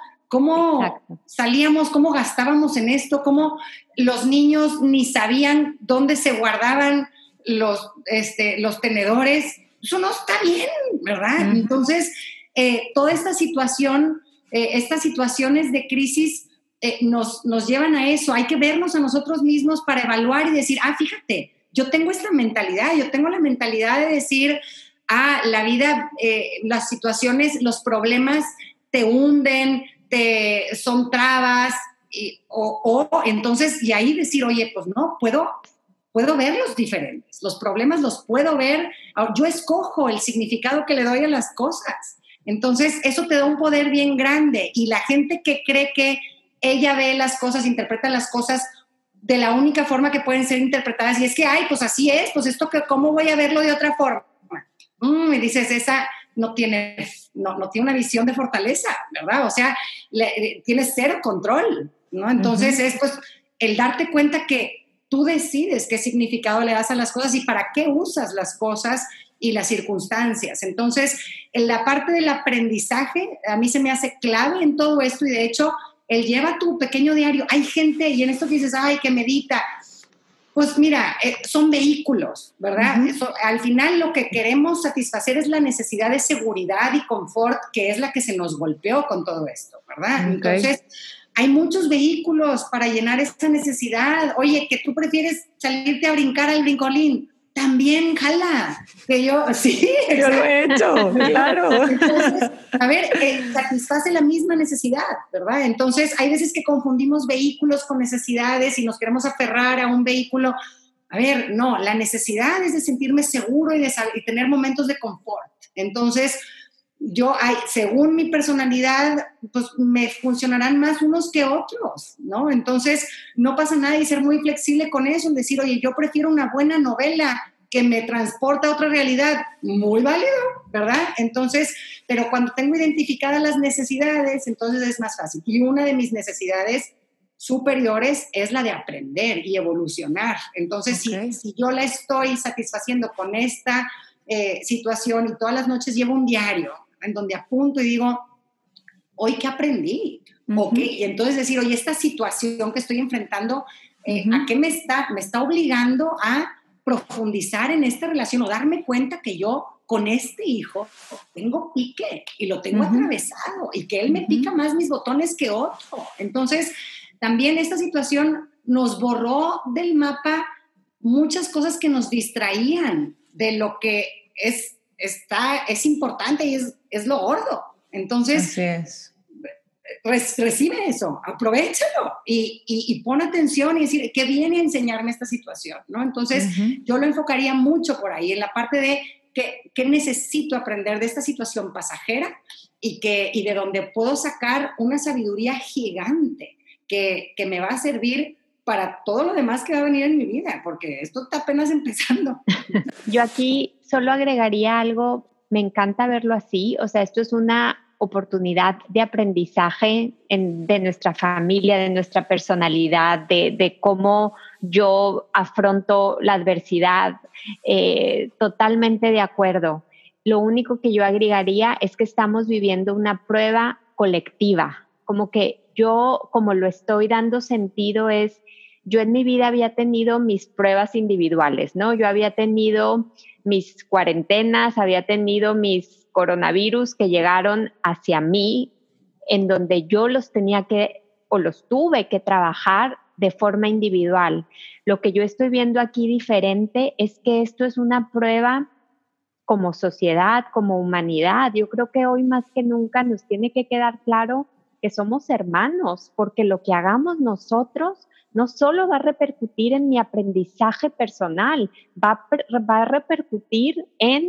salíamos, cómo gastábamos en esto, cómo los niños ni sabían dónde se guardaban los tenedores? Eso no está bien, ¿verdad? Uh-huh. Entonces, toda esta situación, estas situaciones de crisis nos llevan a eso. Hay que vernos a nosotros mismos para evaluar y decir, fíjate, yo tengo esta mentalidad, yo tengo la mentalidad de decir, la vida, las situaciones, los problemas te hunden, son trabas, entonces, y ahí decir, oye, pues no, puedo verlos diferentes, los problemas los puedo ver, yo escojo el significado que le doy a las cosas. Entonces, eso te da un poder bien grande, y la gente que cree que ella ve las cosas, interpreta las cosas de la única forma que pueden ser interpretadas, y es que, pues así es, pues esto, ¿cómo voy a verlo de otra forma? Y dices, esa no tiene una visión de fortaleza, ¿verdad? O sea, tiene cero control, ¿no? Entonces, uh-huh. Es pues el darte cuenta que tú decides qué significado le das a las cosas y para qué usas las cosas y las circunstancias. Entonces, en la parte del aprendizaje, a mí se me hace clave en todo esto, y de hecho, el lleva tu pequeño diario. Hay gente, y en esto dices, que medita. Pues mira, son vehículos, ¿verdad? Uh-huh. Al final lo que queremos satisfacer es la necesidad de seguridad y confort, que es la que se nos golpeó con todo esto, ¿verdad? Okay. Entonces, hay muchos vehículos para llenar esa necesidad. Oye, que tú prefieres salirte a brincar al brincolín, también jala. Que sí, yo lo he hecho, claro. Entonces, a ver, satisface la misma necesidad, ¿verdad? Entonces, hay veces que confundimos vehículos con necesidades y nos queremos aferrar a un vehículo, A ver, no, la necesidad es de sentirme seguro y de saber, y tener momentos de confort. Entonces, según mi personalidad, pues me funcionarán más unos que otros, ¿no? Entonces, no pasa nada y ser muy flexible con eso, en decir, oye, yo prefiero una buena novela que me transporta a otra realidad, muy válido, ¿verdad? Entonces, pero cuando tengo identificadas las necesidades, entonces es más fácil. Y una de mis necesidades superiores es la de aprender y evolucionar. Entonces, okay, si yo la estoy satisfaciendo con esta situación y todas las noches llevo un diario en donde apunto y digo, ¿hoy qué aprendí? Okay, y entonces decir, oye, esta situación que estoy enfrentando, ¿a qué me está obligando a profundizar en esta relación o darme cuenta que yo con este hijo tengo pique y lo tengo atravesado y que él me pica más mis botones que otro? Entonces, también esta situación nos borró del mapa muchas cosas que nos distraían de lo que es importante y es lo gordo. Entonces, así es. Recibe eso, aprovéchalo y pon atención y decir, ¿qué viene a enseñarme esta situación? ¿No? Entonces, yo lo enfocaría mucho por ahí, en la parte de qué necesito aprender de esta situación pasajera y de donde puedo sacar una sabiduría gigante que me va a servir para todo lo demás que va a venir en mi vida, porque esto está apenas empezando. Yo aquí solo agregaría algo, me encanta verlo así, o sea, esto es una oportunidad de aprendizaje de nuestra familia, de nuestra personalidad, de cómo yo afronto la adversidad, totalmente de acuerdo. Lo único que yo agregaría es que estamos viviendo una prueba colectiva, como que yo, como lo estoy dando sentido es, yo en mi vida había tenido mis pruebas individuales, ¿no? Yo había tenido mis cuarentenas, había tenido mis coronavirus que llegaron hacia mí, en donde yo los tuve que trabajar de forma individual. Lo que yo estoy viendo aquí diferente es que esto es una prueba como sociedad, como humanidad. Yo creo que hoy más que nunca nos tiene que quedar claro que somos hermanos, porque lo que hagamos nosotros no solo va a repercutir en mi aprendizaje personal, va a repercutir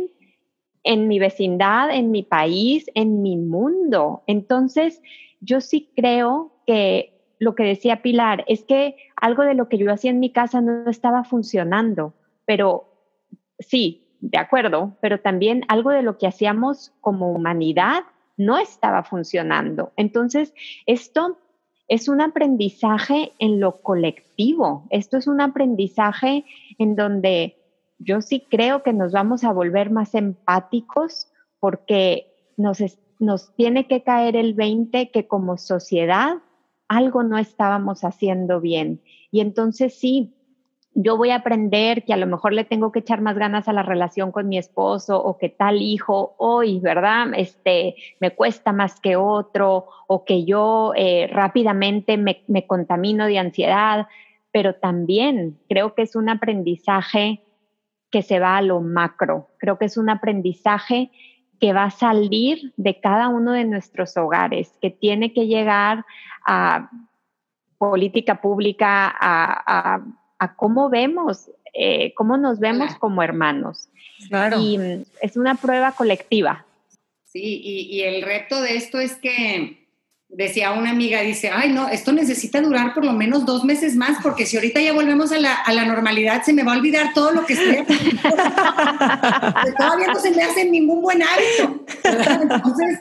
en mi vecindad, en mi país, en mi mundo. Entonces, yo sí creo que lo que decía Pilar es que algo de lo que yo hacía en mi casa no estaba funcionando, pero sí, de acuerdo, pero también algo de lo que hacíamos como humanidad no estaba funcionando. Entonces, esto es un aprendizaje en lo colectivo. Esto es un aprendizaje en donde yo sí creo que nos vamos a volver más empáticos porque nos tiene que caer el 20 que como sociedad algo no estábamos haciendo bien. Y entonces sí, yo voy a aprender que a lo mejor le tengo que echar más ganas a la relación con mi esposo o que tal hijo hoy, ¿verdad? Me cuesta más que otro o que yo rápidamente me contamino de ansiedad, pero también creo que es un aprendizaje que se va a lo macro. Creo que es un aprendizaje que va a salir de cada uno de nuestros hogares, que tiene que llegar a política pública, a cómo vemos, cómo nos vemos como hermanos. Claro. Y es una prueba colectiva. Sí, y el reto de esto es que decía una amiga, dice, ay no, esto necesita durar por lo menos 2 meses más, porque si ahorita ya volvemos a la normalidad, se me va a olvidar todo lo que estoy haciendo. Todavía no se me hace ningún buen hábito, ¿verdad? Entonces,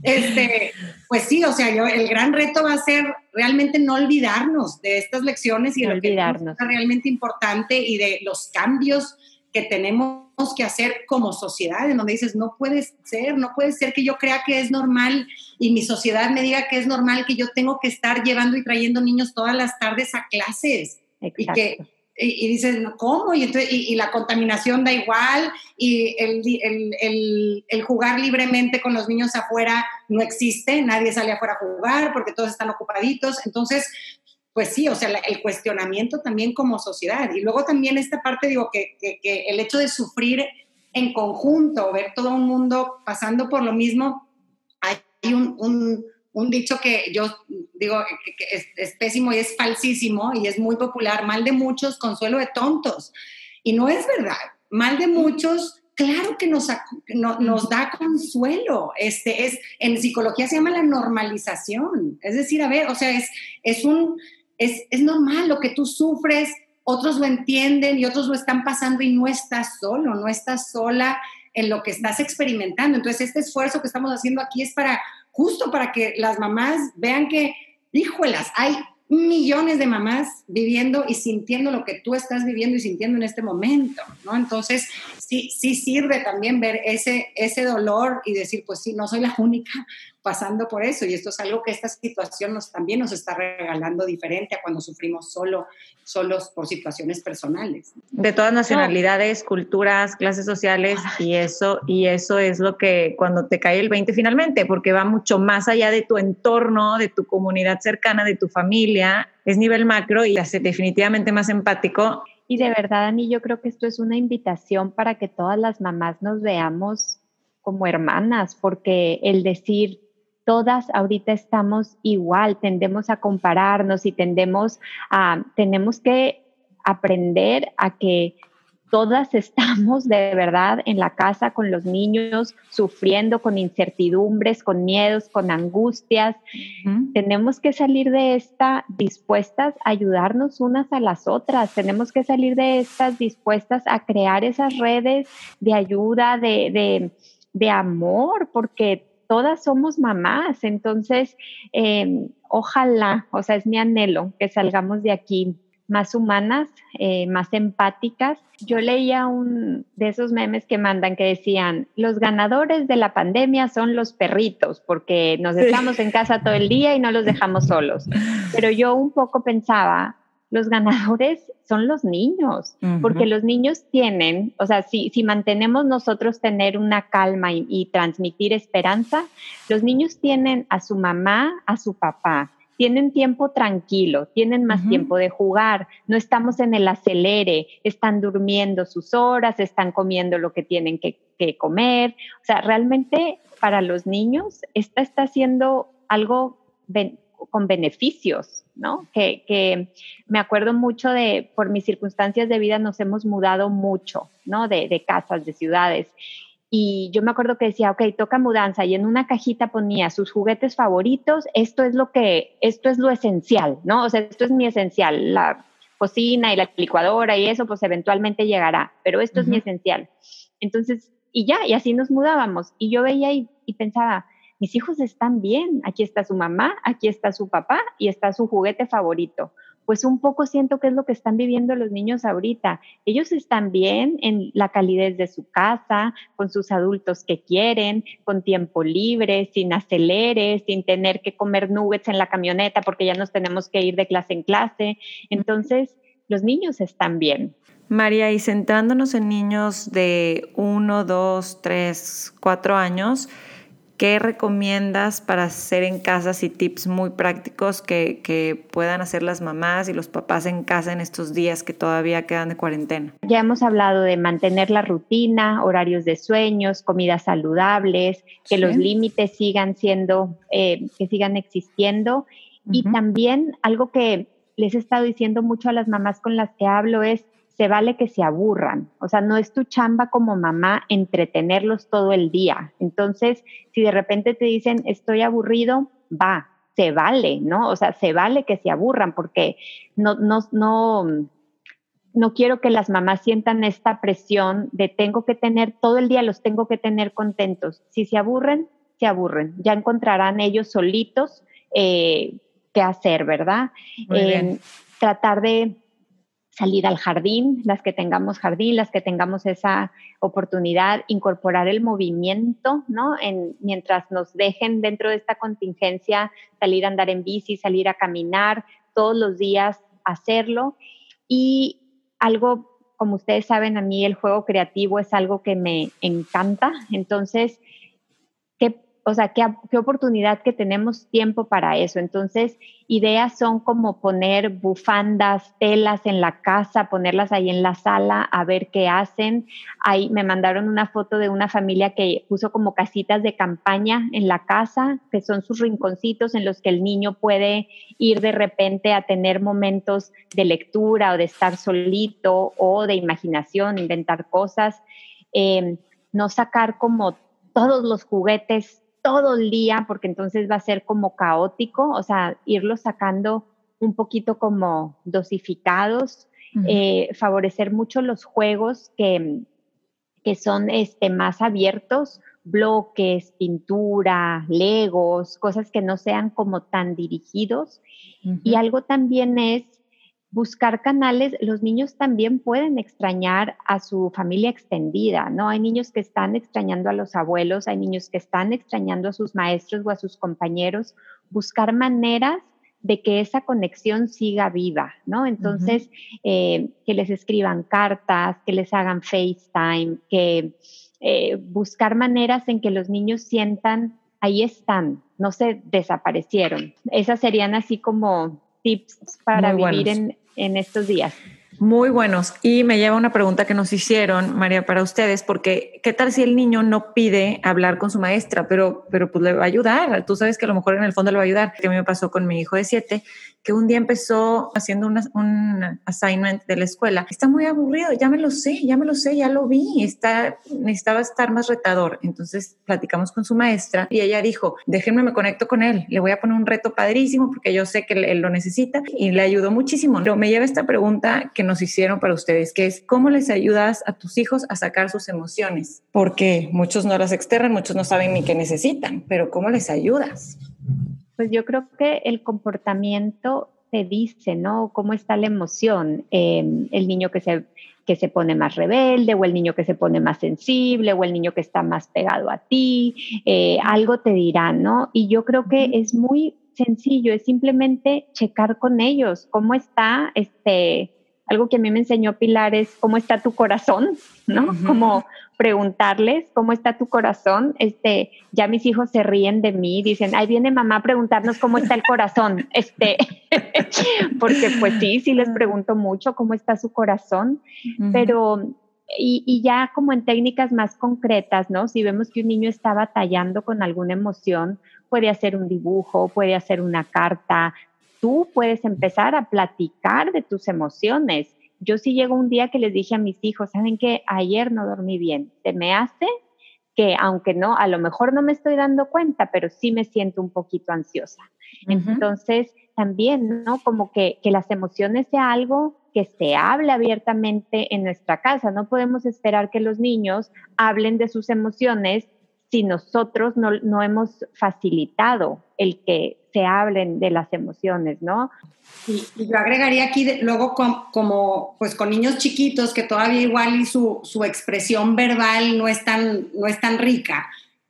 pues sí, o sea, el gran reto va a ser realmente no olvidarnos de estas lecciones y de lo que es realmente importante y de los cambios que tenemos que hacer como sociedad, en donde dices, no puede ser que yo crea que es normal y mi sociedad me diga que es normal que yo tengo que estar llevando y trayendo niños todas las tardes a clases. Exacto. Y dices, ¿cómo? Y la contaminación da igual, y el jugar libremente con los niños afuera no existe, nadie sale afuera a jugar porque todos están ocupaditos. Entonces, pues sí, o sea, el cuestionamiento también como sociedad. Y luego también esta parte, digo, que el hecho de sufrir en conjunto, ver todo un mundo pasando por lo mismo, hay un dicho que yo digo que es pésimo y es falsísimo y es muy popular: mal de muchos, consuelo de tontos. Y no es verdad. Mal de muchos, claro que nos da consuelo. En psicología se llama la normalización. Es decir, a ver, o sea, es normal lo que tú sufres, otros lo entienden y otros lo están pasando y no estás solo, no estás sola en lo que estás experimentando. Entonces, este esfuerzo que estamos haciendo aquí es justo para que las mamás vean que, híjolas, hay millones de mamás viviendo y sintiendo lo que tú estás viviendo y sintiendo en este momento, ¿no? Entonces, sí sirve también ver ese dolor y decir, pues sí, no soy la única pasando por eso, y esto es algo que esta situación también nos está regalando diferente a cuando sufrimos solos por situaciones personales. De todas nacionalidades, culturas, clases sociales, y eso es lo que cuando te cae el 20 finalmente, porque va mucho más allá de tu entorno, de tu comunidad cercana, de tu familia, es nivel macro y hace definitivamente más empático. Y de verdad, Ani, yo creo que esto es una invitación para que todas las mamás nos veamos como hermanas, porque el decir todas ahorita estamos igual, tendemos a compararnos y tenemos que aprender a que todas estamos de verdad en la casa con los niños, sufriendo con incertidumbres, con miedos, con angustias. Uh-huh. Tenemos que salir de esta dispuestas a ayudarnos unas a las otras. Tenemos que salir de estas dispuestas a crear esas redes de ayuda, de amor, porque todas somos mamás. Entonces, ojalá, o sea, es mi anhelo que salgamos de aquí más humanas, más empáticas. Yo leía de esos memes que mandan que decían, los ganadores de la pandemia son los perritos, porque nos estamos en casa todo el día y no los dejamos solos. Pero yo un poco pensaba, los ganadores son los niños, uh-huh. Porque los niños tienen, o sea, si mantenemos nosotros tener una calma y transmitir esperanza, los niños tienen a su mamá, a su papá, tienen tiempo tranquilo, tienen más uh-huh. tiempo de jugar, no estamos en el acelere, están durmiendo sus horas, están comiendo lo que tienen que comer. O sea, realmente para los niños esta está haciendo algo con beneficios, ¿no? Que me acuerdo mucho por mis circunstancias de vida nos hemos mudado mucho, ¿no? De casas, de ciudades. Y yo me acuerdo que decía, ok, toca mudanza, y en una cajita ponía sus juguetes favoritos, esto es lo esencial, ¿no? O sea, esto es mi esencial, la cocina y la licuadora y eso, pues eventualmente llegará, pero esto uh-huh. es mi esencial. Entonces, y así nos mudábamos. Y yo veía y pensaba, mis hijos están bien, aquí está su mamá, aquí está su papá y está su juguete favorito. Pues un poco siento que es lo que están viviendo los niños ahorita. Ellos están bien en la calidez de su casa, con sus adultos que quieren, con tiempo libre, sin acelere, sin tener que comer nuggets en la camioneta porque ya nos tenemos que ir de clase en clase. Entonces, los niños están bien. María, y centrándonos en niños de 1, 2, 3, 4 años, ¿qué recomiendas para hacer en casa, y tips muy prácticos que puedan hacer las mamás y los papás en casa en estos días que todavía quedan de cuarentena? Ya hemos hablado de mantener la rutina, horarios de sueños, comidas saludables, que los límites sigan que sigan existiendo. Uh-huh. Y también algo que les he estado diciendo mucho a las mamás con las que hablo es, se vale que se aburran, o sea, no es tu chamba como mamá entretenerlos todo el día. Entonces, si de repente te dicen, estoy aburrido, se vale, ¿no? O sea, se vale que se aburran, porque no quiero que las mamás sientan esta presión de tengo que tener, todo el día los tengo que tener contentos. Si se aburren, se aburren. Ya encontrarán ellos solitos qué hacer, ¿verdad? Tratar de salir al jardín, las que tengamos jardín, las que tengamos esa oportunidad, incorporar el movimiento, ¿no? Mientras nos dejen dentro de esta contingencia, salir a andar en bici, salir a caminar, todos los días hacerlo. Y algo, como ustedes saben, a mí el juego creativo es algo que me encanta. Entonces, o sea, qué oportunidad que tenemos tiempo para eso. Entonces, ideas son como poner bufandas, telas en la casa, ponerlas ahí en la sala, a ver qué hacen. Ahí me mandaron una foto de una familia que puso como casitas de campaña en la casa, que son sus rinconcitos en los que el niño puede ir de repente a tener momentos de lectura o de estar solito o de imaginación, inventar cosas. No sacar como todos los juguetes todo el día, porque entonces va a ser como caótico, o sea, irlos sacando un poquito como dosificados, favorecer mucho los juegos que son más abiertos, bloques, pintura, legos, cosas que no sean como tan dirigidos. Y algo también es buscar canales. Los niños también pueden extrañar a su familia extendida, ¿no? Hay niños que están extrañando a los abuelos, hay niños que están extrañando a sus maestros o a sus compañeros. Buscar maneras de que esa conexión siga viva, ¿no? Entonces, que les escriban cartas, que les hagan FaceTime, que buscar maneras en que los niños sientan, ahí están, no se desaparecieron. Esas serían así como tips para vivir en estos días. Muy buenos. Y me lleva una pregunta que nos hicieron, María, para ustedes, porque ¿qué tal si el niño no pide hablar con su maestra, pero pues le va a ayudar? Tú sabes que a lo mejor en el fondo le va a ayudar. Que a mí me pasó con mi hijo de 7, que un día empezó haciendo un assignment de la escuela. Está muy aburrido, ya me lo sé, ya lo vi. Necesitaba estar más retador. Entonces platicamos con su maestra y ella dijo, déjenme, me conecto con él. Le voy a poner un reto padrísimo porque yo sé que él lo necesita, y le ayudó muchísimo. Pero me lleva esta pregunta que nos hicieron para ustedes, que es ¿cómo les ayudas a tus hijos a sacar sus emociones? Porque muchos no las externan, muchos no saben ni qué necesitan, pero ¿cómo les ayudas? Pues yo creo que el comportamiento te dice, ¿no? ¿Cómo está la emoción? El niño que se pone más rebelde, o el niño que se pone más sensible, o el niño que está más pegado a ti, algo te dirá, ¿no? Y yo creo que es muy sencillo, es simplemente checar con ellos cómo está, algo que a mí me enseñó Pilar es cómo está tu corazón, ¿no? Como preguntarles cómo está tu corazón. Ya mis hijos se ríen de mí, dicen, ahí viene mamá a preguntarnos cómo está el corazón, porque pues sí les pregunto mucho cómo está su corazón, pero y ya como en técnicas más concretas, ¿no? Si vemos que un niño está batallando con alguna emoción, puede hacer un dibujo, puede hacer una carta. Tú puedes empezar a platicar de tus emociones. Yo sí llego un día que les dije a mis hijos, ¿saben qué? Ayer no dormí bien. Se me hace que, aunque no, a lo mejor no me estoy dando cuenta, pero sí me siento un poquito ansiosa. Entonces, también, ¿no? Como que las emociones sea algo que se hable abiertamente en nuestra casa. No podemos esperar que los niños hablen de sus emociones si nosotros no hemos facilitado el que se hablen de las emociones, ¿no? Y yo agregaría aquí luego como pues con niños chiquitos que todavía igual y su expresión verbal no es tan rica.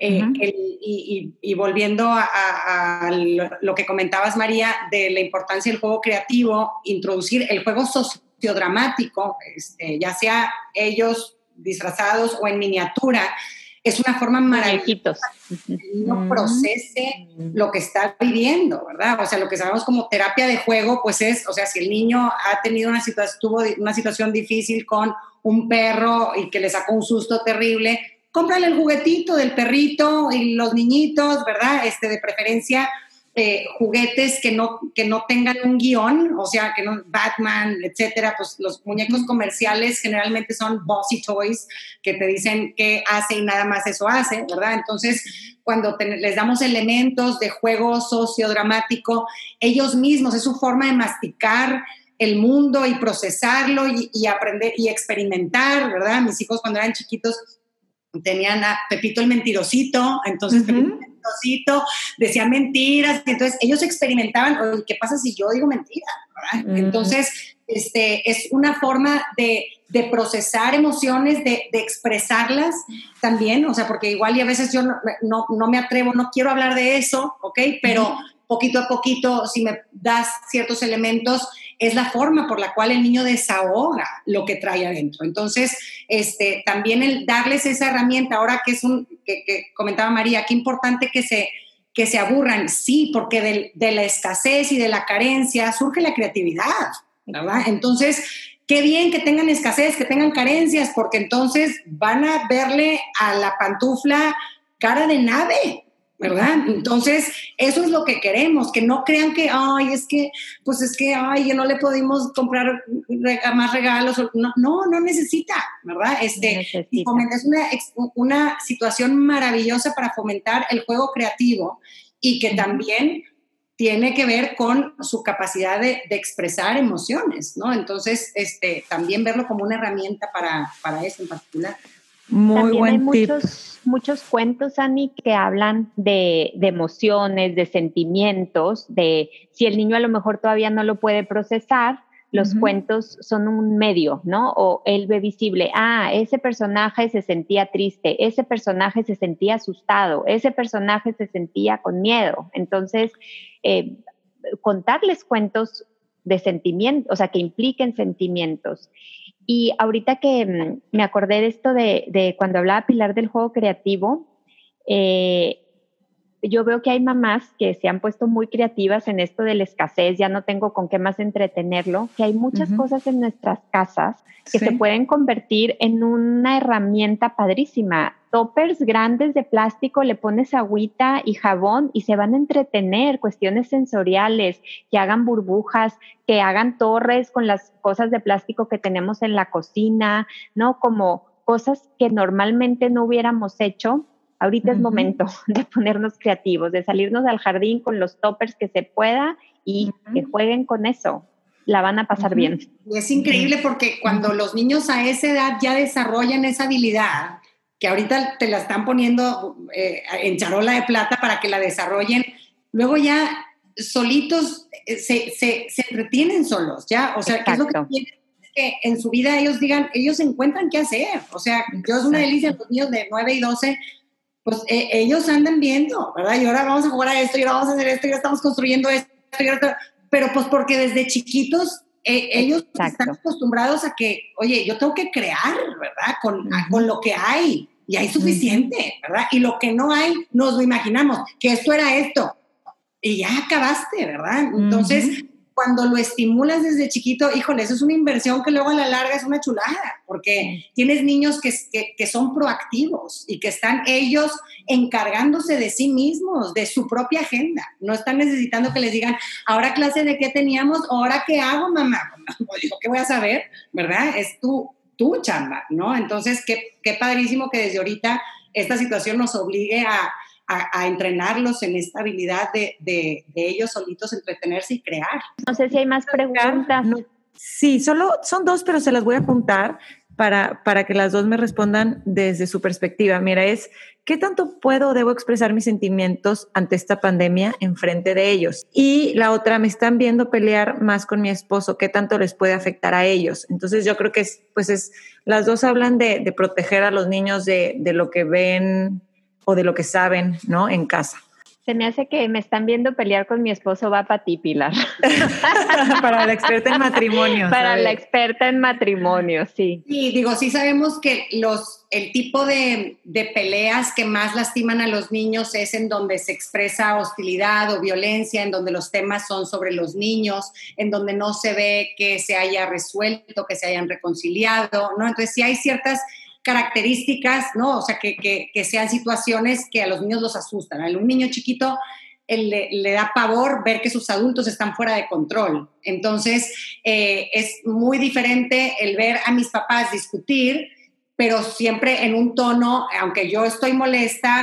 Y volviendo a lo que comentabas, María, de la importancia del juego creativo, introducir el juego sociodramático, ya sea ellos disfrazados o en miniatura, es una forma maravillosa que el niño procese lo que está viviendo, ¿verdad? O sea, lo que sabemos como terapia de juego, pues es, o sea, si el niño ha tenido tuvo una situación difícil con un perro y que le sacó un susto terrible, cómprale el juguetito del perrito y los niñitos, ¿verdad? De preferencia juguetes que no tengan un guión, o sea, que no, Batman, etcétera, pues los muñecos comerciales generalmente son bossy toys que te dicen qué hace y nada más eso hace, ¿verdad? Entonces, cuando les damos elementos de juego sociodramático, ellos mismos, es su forma de masticar el mundo y procesarlo y aprender y experimentar, ¿verdad? Mis hijos cuando eran chiquitos tenían a Pepito el mentirosito, entonces Pepito el mentirosito decía mentiras, y entonces ellos experimentaban, oye, ¿qué pasa si yo digo mentiras? ¿verdad? Entonces, es una forma de procesar emociones, de expresarlas también, o sea, porque igual y a veces yo no me atrevo, no quiero hablar de eso, ¿ok? Pero poquito a poquito, si me das ciertos elementos, es la forma por la cual el niño desahoga lo que trae adentro. Entonces, también el darles esa herramienta, ahora que que comentaba María, qué importante que se aburran. Sí, porque de la escasez y de la carencia surge la creatividad, ¿verdad? Entonces, qué bien que tengan escasez, que tengan carencias, porque entonces van a verle a la pantufla cara de nave, ¿verdad? Entonces, eso es lo que queremos, que no crean que, no le pudimos comprar más regalos. No necesita, ¿verdad? Y es una situación maravillosa para fomentar el juego creativo y que también tiene que ver con su capacidad de expresar emociones, ¿no? Entonces, también verlo como una herramienta para eso en particular. Muy buen tip. Muchos cuentos, Ani, que hablan de emociones, de sentimientos, de si el niño a lo mejor todavía no lo puede procesar, los cuentos son un medio, ¿no? O él ve visible, ese personaje se sentía triste, ese personaje se sentía asustado, ese personaje se sentía con miedo. Entonces, contarles cuentos de sentimientos, o sea, que impliquen sentimientos. Y ahorita que me acordé de esto de cuando hablaba Pilar del juego creativo, yo veo que hay mamás que se han puesto muy creativas en esto de la escasez, ya no tengo con qué más entretenerlo, que hay muchas cosas en nuestras casas que se pueden convertir en una herramienta padrísima. Toppers grandes de plástico, le pones agüita y jabón y se van a entretener, cuestiones sensoriales, que hagan burbujas, que hagan torres con las cosas de plástico que tenemos en la cocina, ¿no? Como cosas que normalmente no hubiéramos hecho. Ahorita es momento de ponernos creativos, de salirnos al jardín con los toppers que se pueda y que jueguen con eso. La van a pasar bien. Y es increíble porque cuando los niños a esa edad ya desarrollan esa habilidad, que ahorita te la están poniendo en charola de plata para que la desarrollen, luego ya solitos se entretienen solos, ¿ya? O sea, ¿qué es lo que quieren? Que en su vida ellos encuentran qué hacer. O sea, yo es una delicia los niños de 9 y 12, pues ellos andan viendo, ¿verdad? Y ahora vamos a jugar a esto, y ahora vamos a hacer esto, y ahora estamos construyendo esto, pero pues porque desde chiquitos ellos están acostumbrados a que, oye, yo tengo que crear, ¿verdad? Con lo que hay, y hay suficiente, ¿verdad? Y lo que no hay, nos lo imaginamos, que esto era esto, y ya acabaste, ¿verdad? Entonces, cuando lo estimulas desde chiquito, híjole, eso es una inversión que luego a la larga es una chulada, porque tienes niños que son proactivos y que están ellos encargándose de sí mismos, de su propia agenda. No están necesitando que les digan, ahora clase de qué teníamos, ahora qué hago, mamá. Digo, ¿qué voy a saber? ¿Verdad? Es tu chamba, ¿no? Entonces, qué padrísimo que desde ahorita esta situación nos obligue a entrenarlos en esta habilidad de ellos solitos entretenerse y crear. No sé si hay más preguntas. Sí, solo son 2, pero se las voy a apuntar para que las 2 me respondan desde su perspectiva. Mira, ¿qué tanto puedo o debo expresar mis sentimientos ante esta pandemia enfrente de ellos? Y la otra, me están viendo pelear más con mi esposo, ¿qué tanto les puede afectar a ellos? Entonces yo creo que las 2 hablan de proteger a los niños de lo que ven o de lo que saben, ¿no? En casa. Se me hace que me están viendo pelear con mi esposo, va para ti, Pilar. Para la experta en matrimonio. Para la experta en matrimonio, sí. Y digo, sí sabemos que el tipo de peleas que más lastiman a los niños es en donde se expresa hostilidad o violencia, en donde los temas son sobre los niños, en donde no se ve que se haya resuelto, que se hayan reconciliado, ¿no? Entonces sí hay ciertas características, ¿no? O sea, que sean situaciones que a los niños los asustan. A un niño chiquito le da pavor ver que sus adultos están fuera de control. Entonces, es muy diferente el ver a mis papás discutir, pero siempre en un tono, aunque yo estoy molesta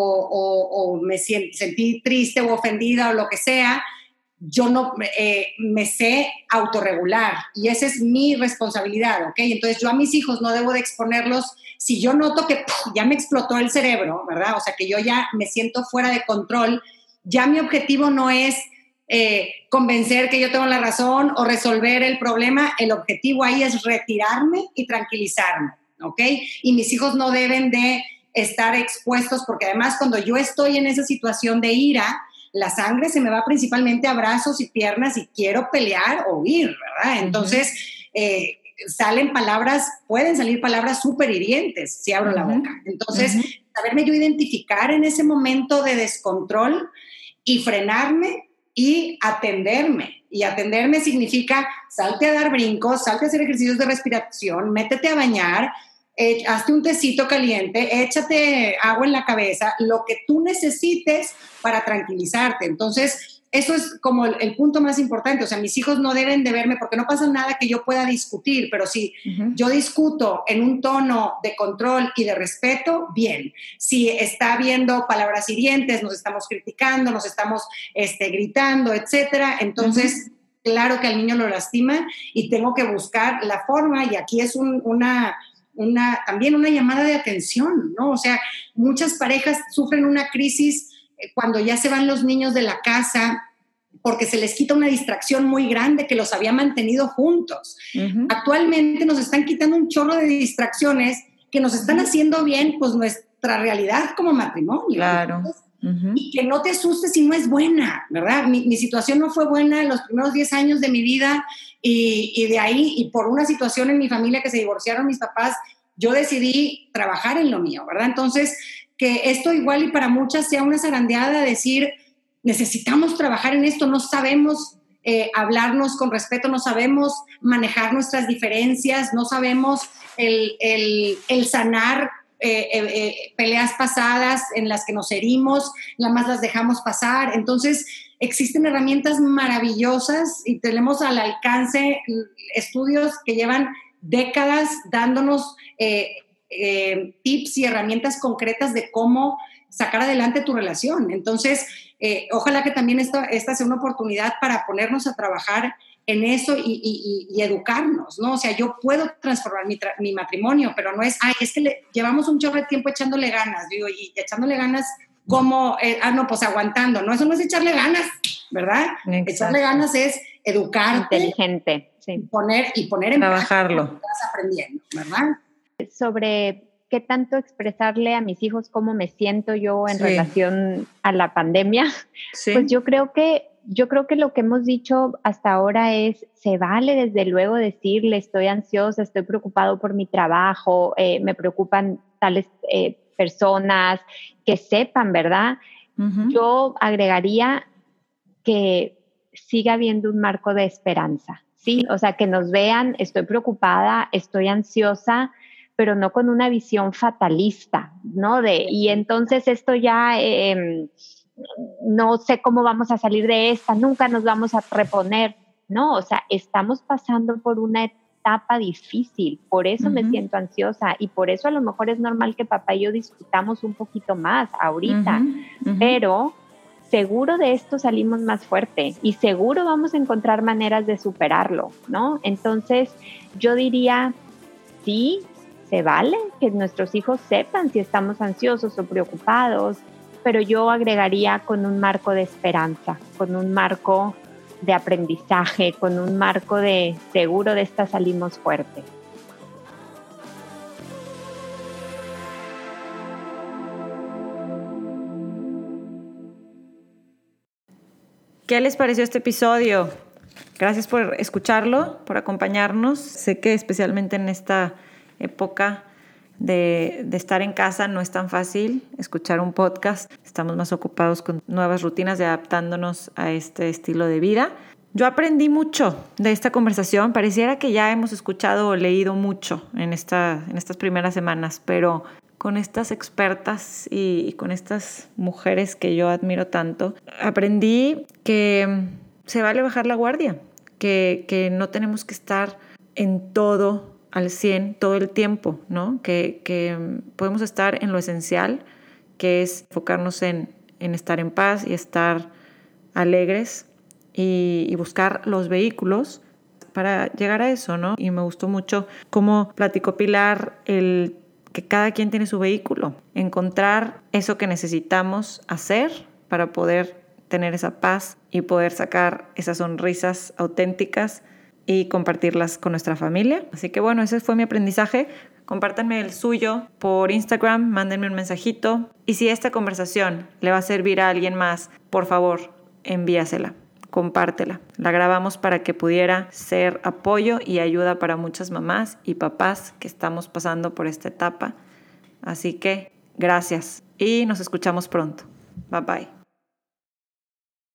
o me sentí triste o ofendida o lo que sea, yo no me sé autorregular y esa es mi responsabilidad, ¿ok? Entonces yo a mis hijos no debo de exponerlos si yo noto que ya me explotó el cerebro, ¿verdad? O sea, que yo ya me siento fuera de control, ya mi objetivo no es convencer que yo tengo la razón o resolver el problema, el objetivo ahí es retirarme y tranquilizarme, ¿ok? Y mis hijos no deben de estar expuestos porque además cuando yo estoy en esa situación de ira, la sangre se me va principalmente a brazos y piernas y quiero pelear o huir, ¿verdad? Entonces, pueden salir palabras súper hirientes si abro la boca. Entonces, saberme yo identificar en ese momento de descontrol y frenarme y atenderme. Y atenderme significa salte a dar brincos, salte a hacer ejercicios de respiración, métete a bañar, hazte un tecito caliente, échate agua en la cabeza, lo que tú necesites para tranquilizarte. Entonces, eso es como el punto más importante. O sea, mis hijos no deben de verme porque no pasa nada que yo pueda discutir, pero si yo discuto en un tono de control y de respeto, bien. Si está habiendo palabras hirientes, nos estamos criticando, nos estamos gritando, etcétera, entonces claro que al niño lo lastima y tengo que buscar la forma, y aquí es también una llamada de atención, ¿no? O sea, muchas parejas sufren una crisis cuando ya se van los niños de la casa porque se les quita una distracción muy grande que los había mantenido juntos. Actualmente nos están quitando un chorro de distracciones que nos están haciendo bien, pues, nuestra realidad como matrimonio. Claro. Y que no te asustes si no es buena, ¿verdad? Mi situación no fue buena en los primeros 10 años de mi vida y de ahí, y por una situación en mi familia que se divorciaron mis papás, yo decidí trabajar en lo mío, ¿verdad? Entonces, que esto igual y para muchas sea una zarandeada, decir, necesitamos trabajar en esto, no sabemos hablarnos con respeto, no sabemos manejar nuestras diferencias, no sabemos el sanar peleas pasadas en las que nos herimos, nada más las dejamos pasar. Entonces, existen herramientas maravillosas y tenemos al alcance estudios que llevan décadas dándonos tips y herramientas concretas de cómo sacar adelante tu relación. Entonces, ojalá que también esta sea una oportunidad para ponernos a trabajar en eso y educarnos, ¿no? O sea, yo puedo transformar mi matrimonio, pero no es, es que llevamos un chorro de tiempo echándole ganas, digo, y echándole ganas como, no, pues aguantando, ¿no? Eso no es echarle ganas, ¿verdad? Exacto. Echarle ganas es educarte. Inteligente, sí. Y poner en trabajarlo. práctica lo que estás aprendiendo, ¿verdad? Sobre qué tanto expresarle a mis hijos cómo me siento yo en relación a la pandemia, pues yo creo que lo que hemos dicho hasta ahora es, se vale desde luego decirle, estoy ansiosa, estoy preocupado por mi trabajo, me preocupan tales personas, que sepan, ¿verdad? Yo agregaría que siga habiendo un marco de esperanza, ¿sí? O sea, que nos vean, estoy preocupada, estoy ansiosa, pero no con una visión fatalista, ¿no? Y entonces esto ya, no sé cómo vamos a salir de esta, nunca nos vamos a reponer, ¿no? O sea, estamos pasando por una etapa difícil, por eso me siento ansiosa y por eso a lo mejor es normal que papá y yo discutamos un poquito más ahorita, pero seguro de esto salimos más fuerte y seguro vamos a encontrar maneras de superarlo, ¿no? Entonces, yo diría, sí, se vale que nuestros hijos sepan si estamos ansiosos o preocupados, pero yo agregaría con un marco de esperanza, con un marco de aprendizaje, con un marco de seguro de esta salimos fuerte. ¿Qué les pareció este episodio? Gracias por escucharlo, por acompañarnos. Sé que especialmente en esta época de estar en casa no es tan fácil escuchar un podcast. Estamos más ocupados con nuevas rutinas y adaptándonos a este estilo de vida. Yo aprendí mucho de esta conversación. Pareciera que ya hemos escuchado o leído mucho en estas primeras semanas, pero con estas expertas y con estas mujeres que yo admiro tanto, aprendí que se vale bajar la guardia, que no tenemos que estar en todo al 100 todo el tiempo, ¿no? Que podemos estar en lo esencial, que es enfocarnos en estar en paz y estar alegres y buscar los vehículos para llegar a eso, ¿no? Y me gustó mucho cómo platicó Pilar que cada quien tiene su vehículo, encontrar eso que necesitamos hacer para poder tener esa paz y poder sacar esas sonrisas auténticas y compartirlas con nuestra familia. Así que bueno, ese fue mi aprendizaje. Compártanme el suyo por Instagram, mándenme un mensajito. Y si esta conversación le va a servir a alguien más, por favor, envíasela, compártela. La grabamos para que pudiera ser apoyo y ayuda para muchas mamás y papás que estamos pasando por esta etapa. Así que Gracias y nos escuchamos pronto. Bye bye.